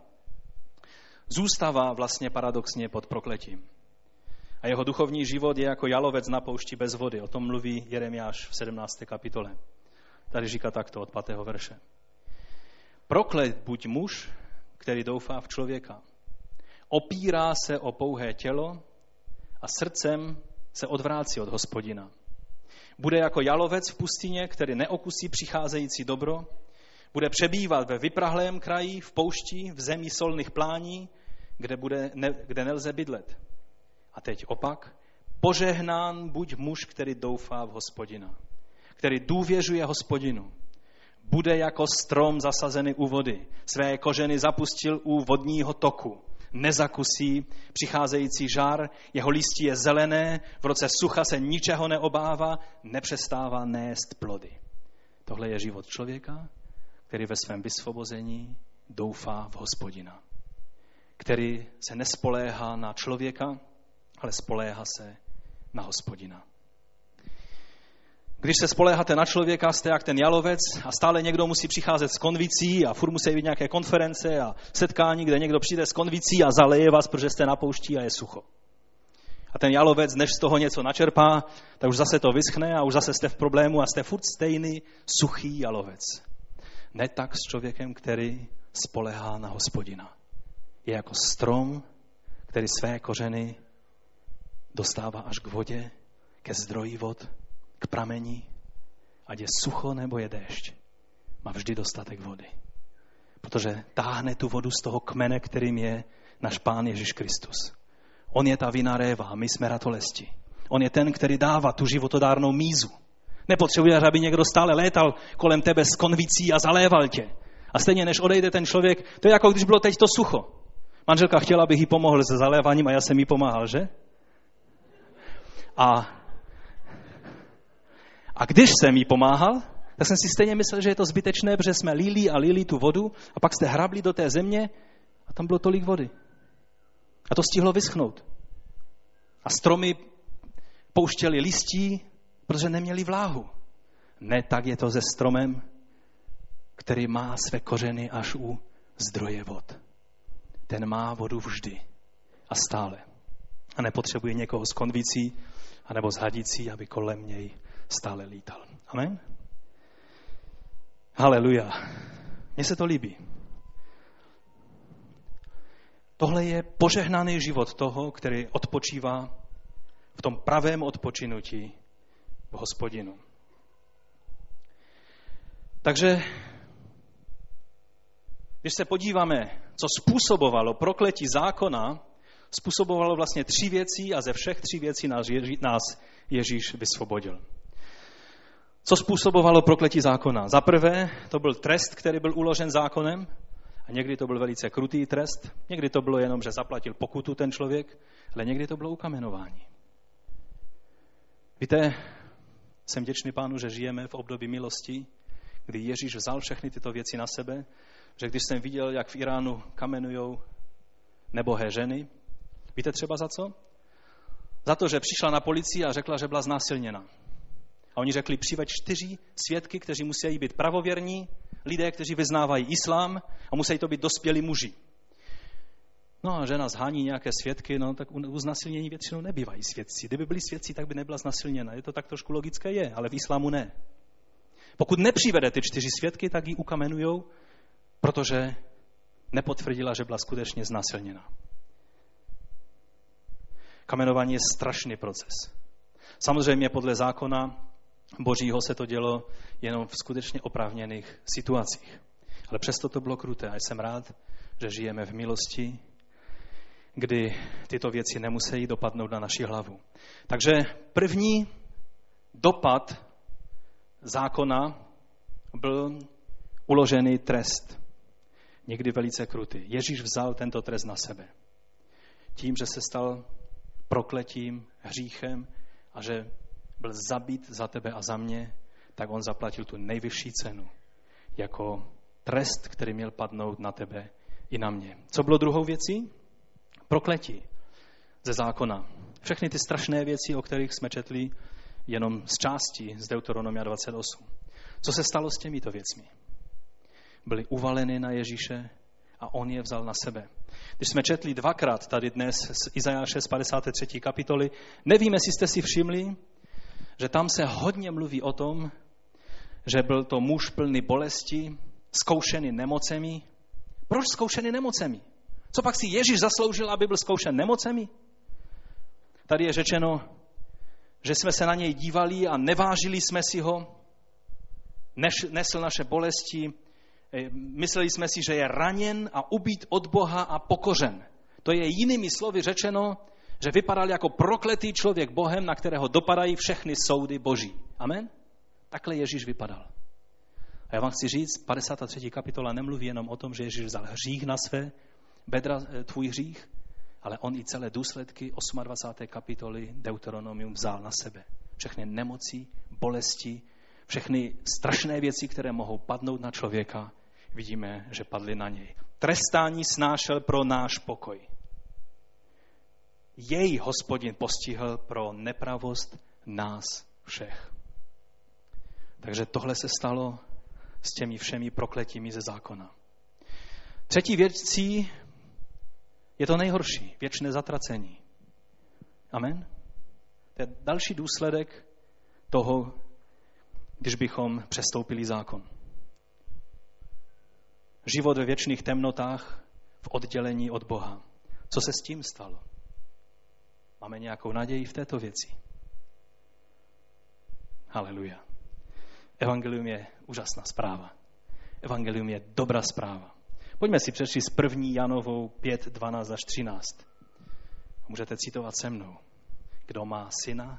zůstává vlastně paradoxně pod prokletím. A jeho duchovní život je jako jalovec na poušti bez vody. O tom mluví Jeremiáš v 17. kapitole. Tady říká takto od 5. verše. Proklet buď muž, který doufá v člověka. Opírá se o pouhé tělo a srdcem se odvrácí od Hospodina. Bude jako jalovec v pustině, který neokusí přicházející dobro, bude přebývat ve vyprahlém kraji, v poušti, v zemi solných plání, kde nelze bydlet. A teď opak. Požehnán buď muž, který doufá v Hospodina, který důvěřuje Hospodinu. Bude jako strom zasazený u vody. Své kořeny zapustil u vodního toku. Nezakusí přicházející žár, jeho listí je zelené, v roce sucha se ničeho neobává, nepřestává nést plody. Tohle je život člověka, který ve svém vysvobození doufá v Hospodina. Který se nespoléhá na člověka, ale spoléhá se na Hospodina. Když se spoléháte na člověka, jste jak ten jalovec a stále někdo musí přicházet s konvicí a furt musí být nějaké konference a setkání, kde někdo přijde s konvicí a zaleje vás, protože jste na poušti a je sucho. A ten jalovec, než z toho něco načerpá, tak už zase to vyschne a už zase jste v problému a jste furt stejný suchý jalovec. Ne tak s člověkem, který spoléhá na Hospodina. Je jako strom, který své kořeny dostává až k vodě, ke zdroji vod, k pramení, ať je sucho nebo je déšť, má vždy dostatek vody. Protože táhne tu vodu z toho kmene, kterým je náš Pán Ježíš Kristus. On je ta vinná réva a my jsme ratolesti. On je ten, který dává tu životodárnou mízu. Nepotřebuješ, aby někdo stále létal kolem tebe s konvicí a zaléval tě. A stejně než odejde ten člověk, to je jako když bylo teď to sucho. Manželka chtěla, abych jí pomohl se zaléváním a já jsem jí pomáhal, že? A když jsem jí pomáhal, tak jsem si stejně myslel, že je to zbytečné, protože jsme lili tu vodu a pak jste hrabli do té země a tam bylo tolik vody. A to stihlo vyschnout. A stromy pouštěly listí, protože neměli vláhu. Ne, tak je to se stromem, který má své kořeny až u zdroje vod. Ten má vodu vždy a stále. A nepotřebuje někoho s konvicí anebo s hadicí, aby kolem něj stále lítal. Amen? Haleluja. Mně se to líbí. Tohle je požehnaný život toho, který odpočívá v tom pravém odpočinutí v Hospodinu. Takže, když se podíváme, co způsobovalo prokletí zákona, způsobovalo vlastně 3 věcí a ze všech 3 věcí nás Ježíš vysvobodil. Co způsobovalo prokletí zákona? Za prvé, to byl trest, který byl uložen zákonem, a někdy to byl velice krutý trest, někdy to bylo jenom, že zaplatil pokutu ten člověk, ale někdy to bylo ukamenování. Víte, jsem vděčný Pánu, že žijeme v období milosti, kdy Ježíš vzal všechny tyto věci na sebe, že když jsem viděl, jak v Iránu kamenujou nebohé ženy, víte třeba za co? Za to, že přišla na policii a řekla, že byla znásilněna. A oni řekli, přiveď 4 svědky, kteří musí být pravověrní, lidé, kteří vyznávají islám a musí to být dospělí muži. No a žena zhání nějaké svědky, no tak u znásilnění většinou nebývají svědci. Kdyby byli svědci, tak by nebyla znásilněna. Je to tak trošku logické, ale v islámu ne. Pokud nepřivede ty 4 svědky, tak ji ukamenujou, protože nepotvrdila, že byla skutečně znásilněna. Kamenování je strašný proces. Samozřejmě podle zákona Božího se to dělo jenom v skutečně oprávněných situacích. Ale přesto to bylo kruté a jsem rád, že žijeme v milosti, kdy tyto věci nemusí dopadnout na naši hlavu. Takže první dopad zákona byl uložený trest. Někdy velice krutý. Ježíš vzal tento trest na sebe. Tím, že se stal prokletím, hříchem a že byl zabit za tebe a za mě, tak on zaplatil tu nejvyšší cenu jako trest, který měl padnout na tebe i na mě. Co bylo druhou věcí? Prokletí ze zákona. Všechny ty strašné věci, o kterých jsme četli jenom z části z Deuteronomia 28. Co se stalo s těmito věcmi? Byly uvaleny na Ježíše a on je vzal na sebe. Když jsme četli 2krát tady dnes z Izajáše z 53. kapitoly, nevím, jestli jste si všimli, že tam se hodně mluví o tom, že byl to muž plný bolesti, zkoušený nemocemi. Proč zkoušený nemocemi? Co pak si Ježíš zasloužil, aby byl zkoušen nemocemi? Tady je řečeno, že jsme se na něj dívali a nevážili jsme si ho, nesl naše bolesti, mysleli jsme si, že je raněn a ubít od Boha a pokořen. To je jinými slovy řečeno, že vypadal jako prokletý člověk Bohem, na kterého dopadají všechny soudy Boží. Amen? Takhle Ježíš vypadal. A já vám chci říct, 53. kapitola nemluví jenom o tom, že Ježíš vzal hřích na své bedra, tvůj hřích, ale on i celé důsledky 28. kapitoly Deuteronomium vzal na sebe. Všechny nemoci, bolesti, všechny strašné věci, které mohou padnout na člověka, vidíme, že padly na něj. Trestání snášel pro náš pokoj. Jej Hospodin postihl pro nepravost nás všech. Takže tohle se stalo s těmi všemi prokletími ze zákona. Třetí věcí je to nejhorší, věčné zatracení. Amen? To je další důsledek toho, když bychom přestoupili zákon. Život ve věčných temnotách v oddělení od Boha. Co se s tím stalo? Máme nějakou naději v této věci? Haleluja. Evangelium je úžasná zpráva. Evangelium je dobrá zpráva. Pojďme si přečíst 1. Janovou 5, 12 až 13. Můžete citovat se mnou. Kdo má syna,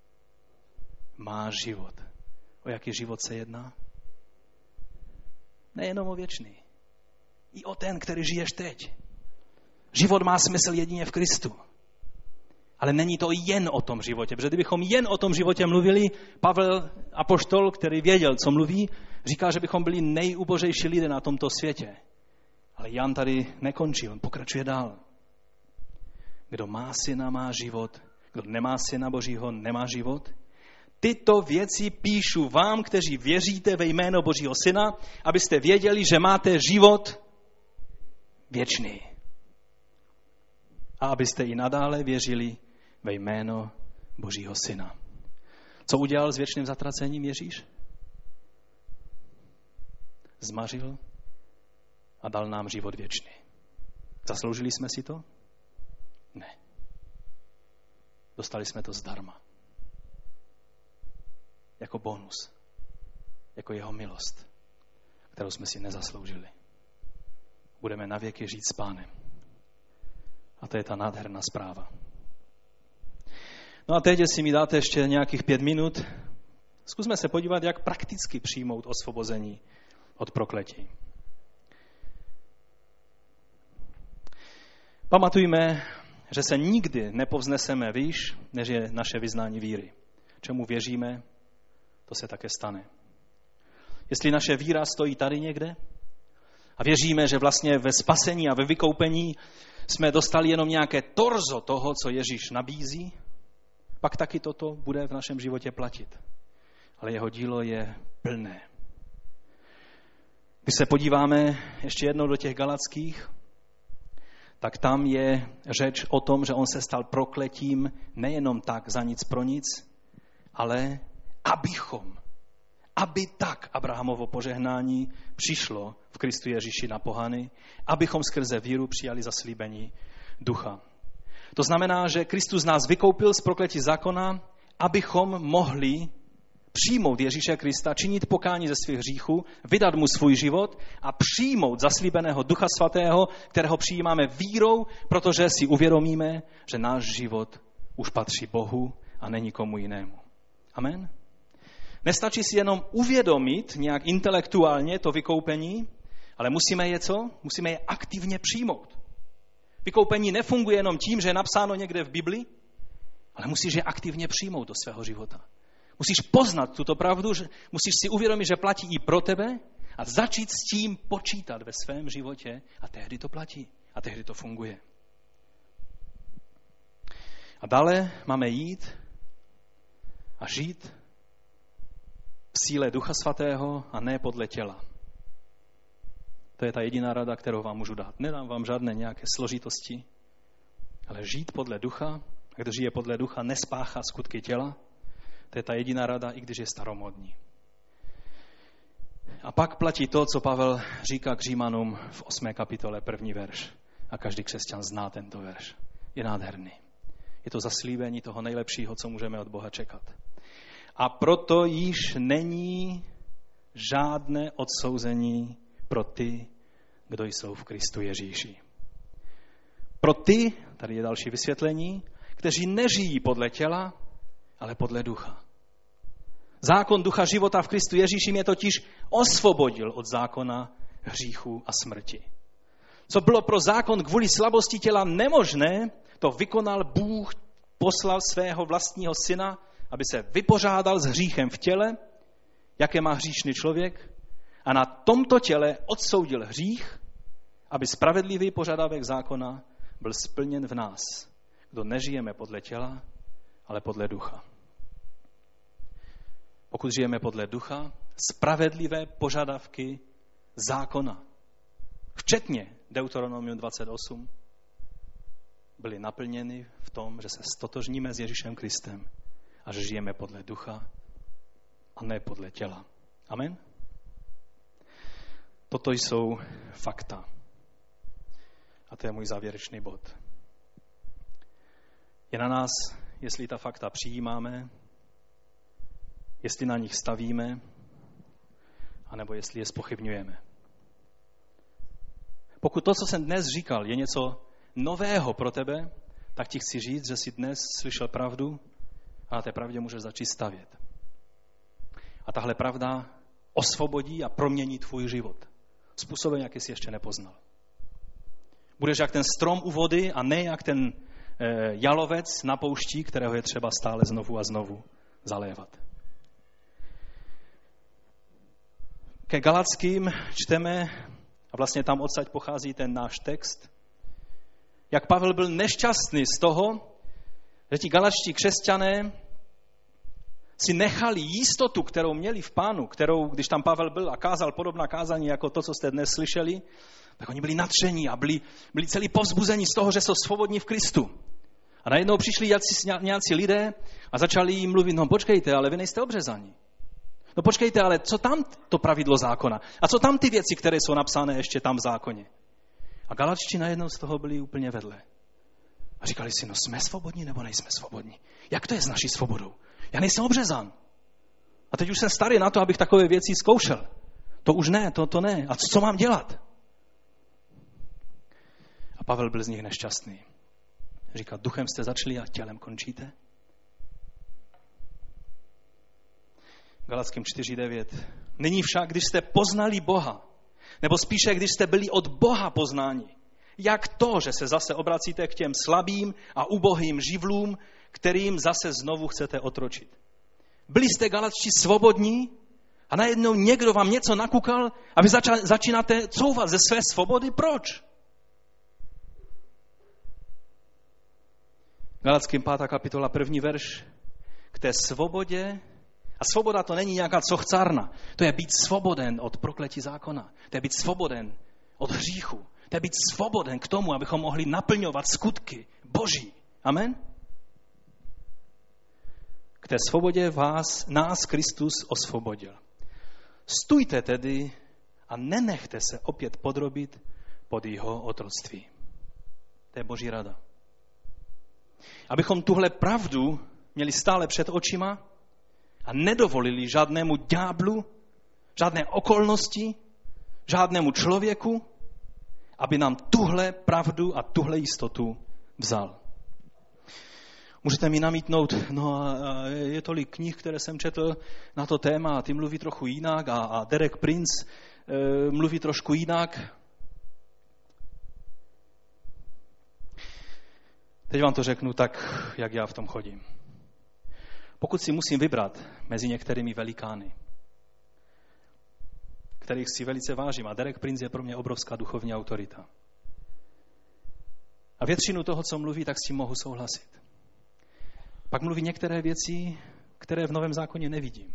má život. O jaký život se jedná? Nejenom o věčný. I o ten, který žiješ teď. Život má smysl jedině v Kristu. Ale není to jen o tom životě, protože kdybychom jen o tom životě mluvili, Pavel apoštol, který věděl, co mluví, říká, že bychom byli nejubožejší lidé na tomto světě. Ale Jan tady nekončí, on pokračuje dál. Kdo má syna, má život. Kdo nemá syna Božího, nemá život. Tyto věci píšu vám, kteří věříte ve jméno Božího syna, abyste věděli, že máte život věčný. A abyste i nadále věřili ve jméno Božího syna. Co udělal s věčným zatracením Ježíš? Zmařil a dal nám život věčný. Zasloužili jsme si to? Ne. Dostali jsme to zdarma. Jako bonus. Jako jeho milost, kterou jsme si nezasloužili. Budeme navěky žít s Pánem. A to je ta nádherná zpráva. No a teď, jestli mi dáte ještě nějakých 5 minut, zkusme se podívat, jak prakticky přijmout osvobození od prokletí. Pamatujme, že se nikdy nepovzneseme výš, než je naše vyznání víry. Čemu věříme, to se také stane. Jestli naše víra stojí tady někde a věříme, že vlastně ve spasení a ve vykoupení jsme dostali jenom nějaké torzo toho, co Ježíš nabízí, pak taky toto bude v našem životě platit. Ale jeho dílo je plné. Když se podíváme ještě jednou do těch Galatských, tak tam je řeč o tom, že on se stal prokletím nejenom tak za nic pro nic, ale aby tak Abrahamovo požehnání přišlo v Kristu Ježíši na pohany, abychom skrze víru přijali zaslíbení ducha. To znamená, že Kristus nás vykoupil z prokletí zákona, abychom mohli přijmout Ježíše Krista, činit pokání ze svých hříchů, vydat mu svůj život a přijmout zaslíbeného Ducha Svatého, kterého přijímáme vírou, protože si uvědomíme, že náš život už patří Bohu a není komu jinému. Amen? Nestačí si jenom uvědomit nějak intelektuálně to vykoupení, ale musíme je co? Musíme je aktivně přijmout. Vykoupení nefunguje jenom tím, že je napsáno někde v Bibli, ale musíš je aktivně přijmout do svého života. Musíš poznat tuto pravdu, že musíš si uvědomit, že platí i pro tebe a začít s tím počítat ve svém životě a tehdy to platí a tehdy to funguje. A dále máme jít a žít v síle Ducha Svatého a ne podle těla. To je ta jediná rada, kterou vám můžu dát. Nedám vám žádné nějaké složitosti, ale žít podle ducha, a kdo žije podle ducha, nespáchá skutky těla. To je ta jediná rada, i když je staromodní. A pak platí to, co Pavel říká k Římanům v 8. kapitole 1. verš. A každý křesťan zná tento verš. Je nádherný. Je to zaslíbení toho nejlepšího, co můžeme od Boha čekat. A proto již není žádné odsouzení pro ty, kdo jsou v Kristu Ježíši. Pro ty, tady je další vysvětlení, kteří nežijí podle těla, ale podle ducha. Zákon ducha života v Kristu Ježíši mě totiž osvobodil od zákona hříchu a smrti. Co bylo pro zákon kvůli slabosti těla nemožné, to vykonal Bůh, poslal svého vlastního syna, aby se vypořádal s hříchem v těle, jaké má hříšný člověk, a na tomto těle odsoudil hřích, aby spravedlivý požadavek zákona byl splněn v nás, kdo nežijeme podle těla, ale podle ducha. Pokud žijeme podle ducha, spravedlivé požadavky zákona, včetně Deuteronomium 28, byly naplněny v tom, že se stotožníme s Ježíšem Kristem a že žijeme podle ducha a ne podle těla. Amen? Toto jsou fakta. A to je můj závěrečný bod. Je na nás, jestli ta fakta přijímáme, jestli na nich stavíme, anebo jestli je zpochybňujeme. Pokud to, co jsem dnes říkal, je něco nového pro tebe, tak ti chci říct, že jsi dnes slyšel pravdu a na té pravdě můžeš začít stavět. A tahle pravda osvobodí a promění tvůj život. způsobem, jaký jsi ještě nepoznal. Budeš jak ten strom u vody a ne jak ten jalovec na poušti, kterého je třeba stále znovu a znovu zalévat. Ke Galackým čteme, a vlastně tam odsaď pochází ten náš text, jak Pavel byl nešťastný z toho, že ti galačtí křesťané si nechali jistotu, kterou měli v Pánu, kterou, když tam Pavel byl a kázal podobná kázání jako to, co jste dnes slyšeli, tak oni byli nadšení a byli celý povzbuzení z toho, že jsou svobodní v Kristu. A najednou přišli nějací lidé a začali jim mluvit, no počkejte, ale vy nejste obřezaní. No počkejte, ale co tam to pravidlo zákona? A co tam ty věci, které jsou napsané ještě tam v zákoně? A Galačtí najednou z toho byli úplně vedle. A říkali si, no jsme svobodní nebo nejsme svobodní? Jak to je s naší svobodou? Já nejsem obřezán. A teď už jsem starý na to, abych takové věci zkoušel. To už ne, to ne. A co mám dělat? A Pavel byl z nich nešťastný. Říká, duchem jste začali a tělem končíte? Galackým 4:9. Nyní však, když jste poznali Boha, nebo spíše, když jste byli od Boha poznáni, jak to, že se zase obracíte k těm slabým a ubohým živlům, kterým zase znovu chcete otročit. Byli jste Galačtí svobodní a najednou někdo vám něco nakukal a vy začínáte couvat ze své svobody? Proč? Galackým 5. kapitola 1. verš. K té svobodě, a svoboda to není nějaká cochcárna, to je být svoboden od prokletí zákona, to je být svoboden od hříchu, to je být svoboden k tomu, abychom mohli naplňovat skutky Boží. Amen? K té svobodě nás Kristus osvobodil. Stůjte tedy a nenechte se opět podrobit pod jeho otroctví. To je Boží rada. Abychom tuhle pravdu měli stále před očima a nedovolili žádnému ďáblu, žádné okolnosti, žádnému člověku, aby nám tuhle pravdu a tuhle jistotu vzal. Můžete mi namítnout, no je tolik knih, které jsem četl na to téma a ty mluví trochu jinak a Derek Prince mluví trošku jinak. Teď vám to řeknu tak, jak já v tom chodím. Pokud si musím vybrat mezi některými velikány, kterých si velice vážím, a Derek Prince je pro mě obrovská duchovní autorita. A většinu toho, co mluví, tak s tím mohu souhlasit. Pak mluví některé věci, které v Novém zákoně nevidím.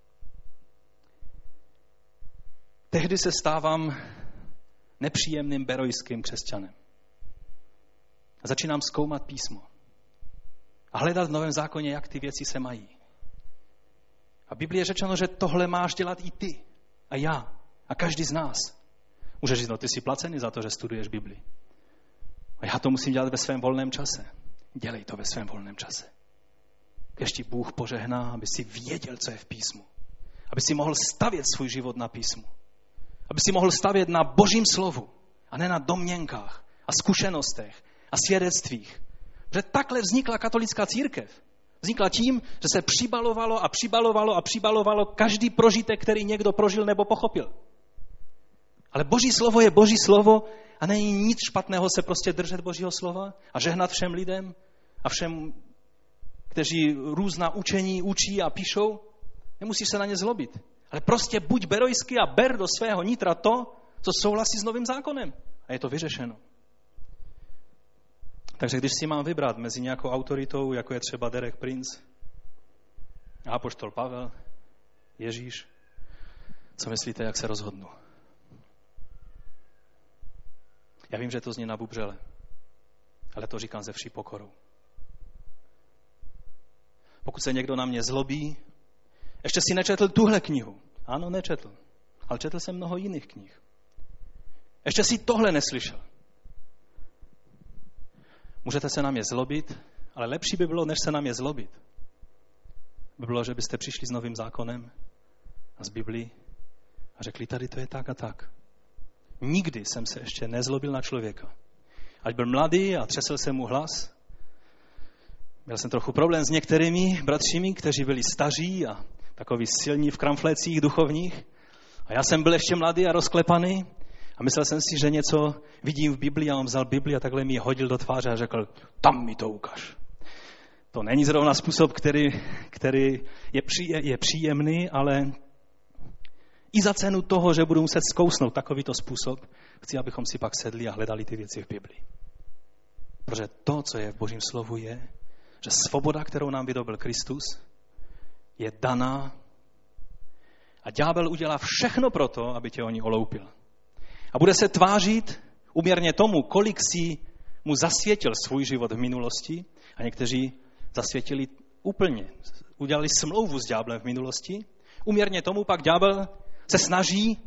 Tehdy se stávám nepříjemným berojským křesťanem. A začínám zkoumat písmo. A hledat v Novém zákoně, jak ty věci se mají. A v Biblii je řečeno, že tohle máš dělat i ty. A já. A každý z nás. Můžeš říct, no ty jsi placený za to, že studuješ Biblii. A já to musím dělat ve svém volném čase. Dělej to ve svém volném čase. Když ti Bůh požehná, aby si věděl, co je v písmu. Aby si mohl stavět svůj život na písmu. Aby si mohl stavět na Božím slovu. A ne na domněnkách a zkušenostech a svědectvích. Protože takhle vznikla katolická církev. Vznikla tím, že se přibalovalo každý prožitek, který někdo prožil nebo pochopil. Ale Boží slovo je Boží slovo a není nic špatného se prostě držet Božího slova a žehnat všem lidem a všem, kteří různá učení učí a píšou. Nemusíš se na ně zlobit. Ale prostě buď berojský a ber do svého nitra to, co souhlasí s Novým zákonem. A je to vyřešeno. Takže když si mám vybrat mezi nějakou autoritou, jako je třeba Derek Prince, apoštol Pavel, Ježíš, co myslíte, jak se rozhodnu? Já vím, že to zní nabubřele, ale to říkám ze vší pokorou. Pokud se někdo na mě zlobí, ještě si nečetl tuhle knihu. Ano, nečetl, ale četl jsem mnoho jiných knih. Ještě si tohle neslyšel. Můžete se na mě zlobit, ale lepší by bylo, než se na mě zlobit. By bylo, že byste přišli s Novým zákonem a z Biblii a řekli, tady to je tak a tak. Nikdy jsem se ještě nezlobil na člověka. Ať byl mladý a třesl jsem mu hlas. Měl jsem trochu problém s některými bratřími, kteří byli staří a takový silní v kramflecích duchovních. A já jsem byl ještě mladý a rozklepaný A myslel jsem si, že něco vidím v Biblii a on vzal Bibli a takhle mi ji hodil do tváře a řekl, tam mi to ukaž. To není zrovna způsob, který je příjemný, ale i za cenu toho, že budu muset zkousnout takovýto způsob, chci, abychom si pak sedli a hledali ty věci v Biblii. Protože to, co je v Božím slovu, je, že svoboda, kterou nám vydobil Kristus, je daná a ďábel udělá všechno pro to, aby tě o ní oloupil. A bude se tvářit uměrně tomu, kolik si mu zasvětil svůj život v minulosti a někteří zasvětili úplně, udělali smlouvu s ďáblem v minulosti. Uměrně tomu pak ďábel se snaží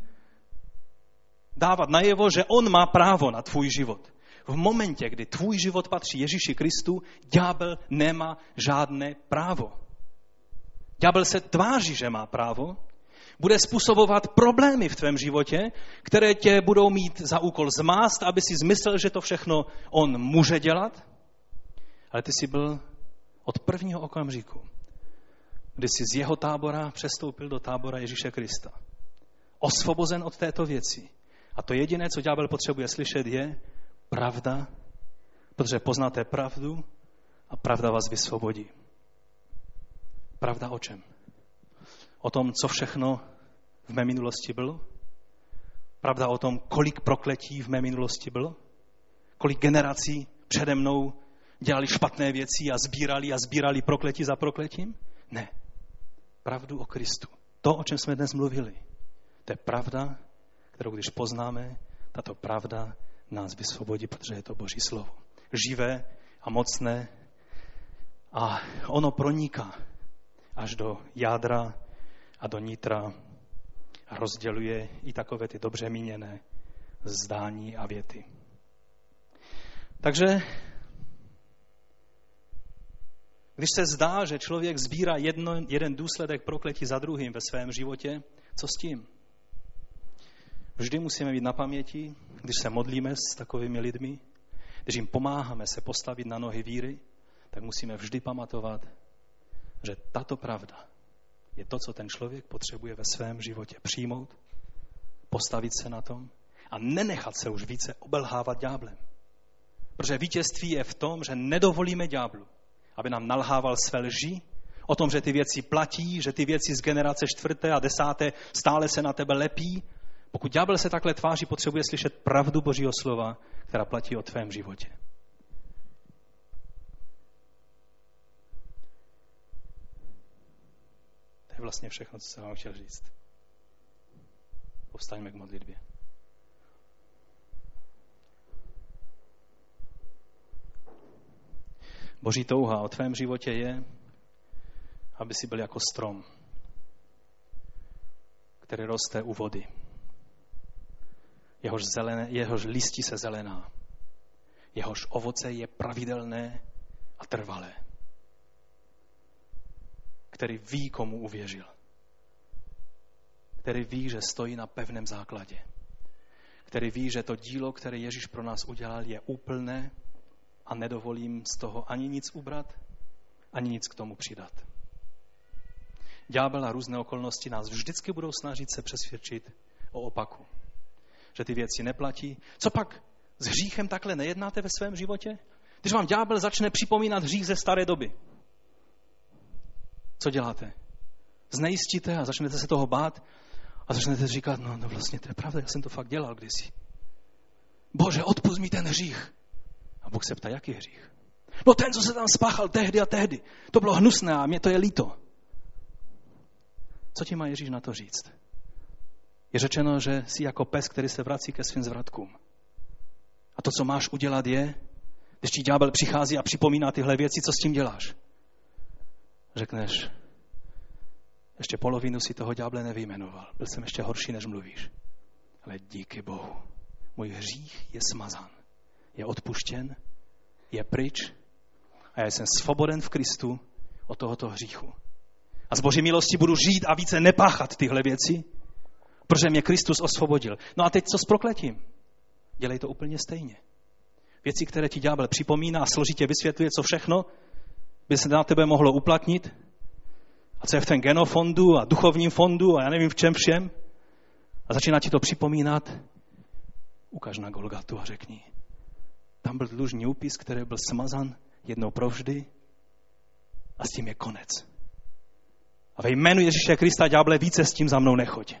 dávat najevo, že on má právo na tvůj život. V momentě, kdy tvůj život patří Ježíši Kristu, ďábel nemá žádné právo. Ďábel se tváří, že má právo, bude způsobovat problémy v tvém životě, které tě budou mít za úkol zmást, aby si zmyslel, že to všechno on může dělat. Ale ty jsi byl od prvního okamžiku, kdy jsi z jeho tábora přestoupil do tábora Ježíše Krista. Osvobozen od této věci. A to jediné, co ďábel potřebuje slyšet, je pravda, protože poznáte pravdu a pravda vás vysvobodí. Pravda o čem? O tom, co všechno v mé minulosti bylo? Pravda o tom, kolik prokletí v mé minulosti bylo? Kolik generací přede mnou dělali špatné věci a sbírali prokletí za prokletím? Ne. Pravdu o Kristu. To, o čem jsme dnes mluvili. To je pravda, kterou když poznáme, tato pravda nás vysvobodí, protože je to Boží slovo. Živé a mocné a ono proniká až do jádra a do nitra a rozděluje i takové ty dobře míněné zdání a věty. Takže když se zdá, že člověk sbírá jeden důsledek prokletí za druhým ve svém životě, co s tím? Vždy musíme mít na paměti, když se modlíme s takovými lidmi, když jim pomáháme se postavit na nohy víry, tak musíme vždy pamatovat, že tato pravda je to, co ten člověk potřebuje ve svém životě přijmout, postavit se na tom a nenechat se už více obelhávat ďáblem. Protože vítězství je v tom, že nedovolíme ďáblu, aby nám nalhával své lži o tom, že ty věci platí, že ty věci z generace 4. a 10. stále se na tebe lepí. Pokud ďábel se takhle tváří, potřebuje slyšet pravdu Božího slova, která platí o tvém životě. To je vlastně všechno, co jsem vám chtěl říct. Povstaňme k modlitbě. Boží touha o tvém životě je, aby si byl jako strom, který roste u vody. Jehož listí se zelená. Jehož ovoce je pravidelné a trvalé. Který ví, komu uvěřil. Který ví, že stojí na pevném základě. Který ví, že to dílo, které Ježíš pro nás udělal, je úplné a nedovolím z toho ani nic ubrat, ani nic k tomu přidat. Ďábel a různé okolnosti nás vždycky budou snažit se přesvědčit o opaku. Že ty věci neplatí. Co pak s hříchem takhle nejednáte ve svém životě? Když vám ďábel začne připomínat hřích ze staré doby. Co děláte? Znejistíte a začnete se toho bát a začnete říkat, no vlastně to je pravda, já jsem to fakt dělal kdysi. Bože, odpusť mi ten hřích. A Bůh se ptá, jaký hřích? No ten, co se tam spáchal tehdy a tehdy. To bylo hnusné a mě to je líto. Co ti má Ježíš na to říct? Je řečeno, že jsi jako pes, který se vrací ke svým zvratkům. A to, co máš udělat je, když ti ďábel přichází a připomíná tyhle věci, co s tím děláš? Řekneš, ještě polovinu si toho ďáble nevyjmenoval. Byl jsem ještě horší, než mluvíš. Ale díky Bohu, můj hřích je smazán. Je odpuštěn, je pryč a já jsem svoboden v Kristu od tohoto hříchu. A z Boží milosti budu žít a více nepáchat tyhle věci, protože mě Kristus osvobodil. No a teď co s prokletím? Dělej to úplně stejně. Věci, které ti ďábel připomíná a složitě vysvětluje, co všechno by se na tebe mohlo uplatnit a co je v ten genofondu a duchovním fondu a já nevím v čem všem a začíná ti to připomínat. Ukaž na Golgatu a řekni. Tam byl dlužní úpis, který byl smazan jednou provždy a s tím je konec. A ve jménu Ježíše Krista, ďáble, více s tím za mnou nechoď.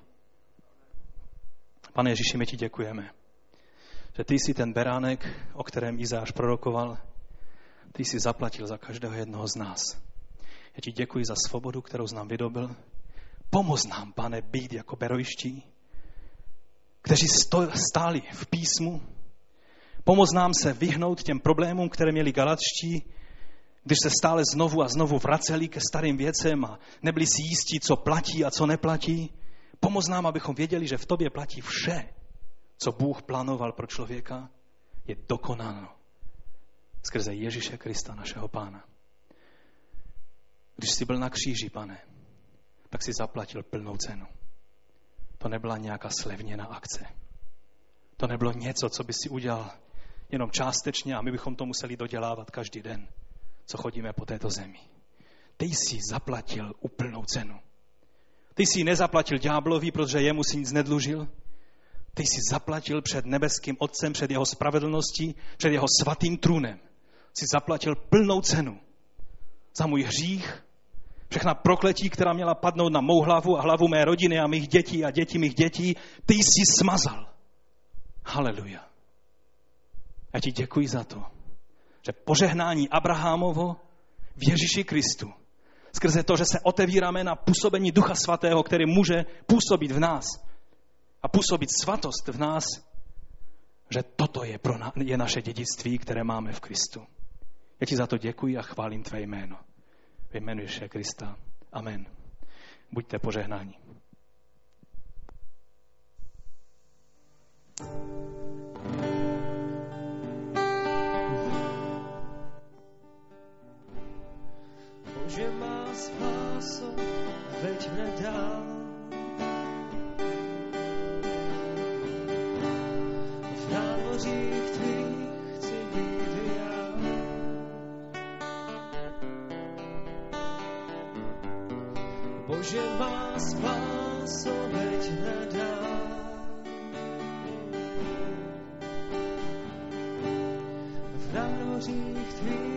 Pane Ježíši, my ti děkujeme, že ty jsi ten beránek, o kterém Izáš prorokoval, ty jsi zaplatil za každého jednoho z nás. Já ti děkuji za svobodu, kterou jsi nám vydobil. Pomoz nám, Pane, být jako berojští, kteří stáli v písmu. Pomoz nám se vyhnout těm problémům, které měli Galatští, když se stále znovu a znovu vraceli ke starým věcem a nebyli si jistí, co platí a co neplatí. Pomoz nám, abychom věděli, že v tobě platí vše, co Bůh plánoval pro člověka, je dokonáno skrze Ježíše Krista, našeho Pána. Když jsi byl na kříži, Pane, tak jsi zaplatil plnou cenu. To nebyla nějaká slevněná akce. To nebylo něco, co by si udělal jenom částečně a my bychom to museli dodělávat každý den, co chodíme po této zemi. Ty jsi zaplatil úplnou cenu. Ty jsi nezaplatil ďáblovi, protože jemu si nic nedlužil. Ty jsi zaplatil před nebeským Otcem, před jeho spravedlností, před jeho svatým trůnem. Jsi zaplatil plnou cenu za můj hřích, všechna prokletí, která měla padnout na mou hlavu a hlavu mé rodiny a mých dětí a dětí mých dětí, ty jsi smazal. Haleluja. Já ti děkuji za to, že požehnání Abrahamovo v Ježíši Kristu, skrze to, že se otevíráme na působení Ducha Svatého, který může působit v nás a působit svatost v nás, že toto je naše dědictví, které máme v Kristu. Já ti za to děkuji a chválím tvé jméno. Ve jménu Ježíše Krista. Amen. Buďte požehnáni. Bože, má spáso, veď mne dál. V námořích tvých chci být já. Bože, má spáso, veď mne dál. V námořích tvých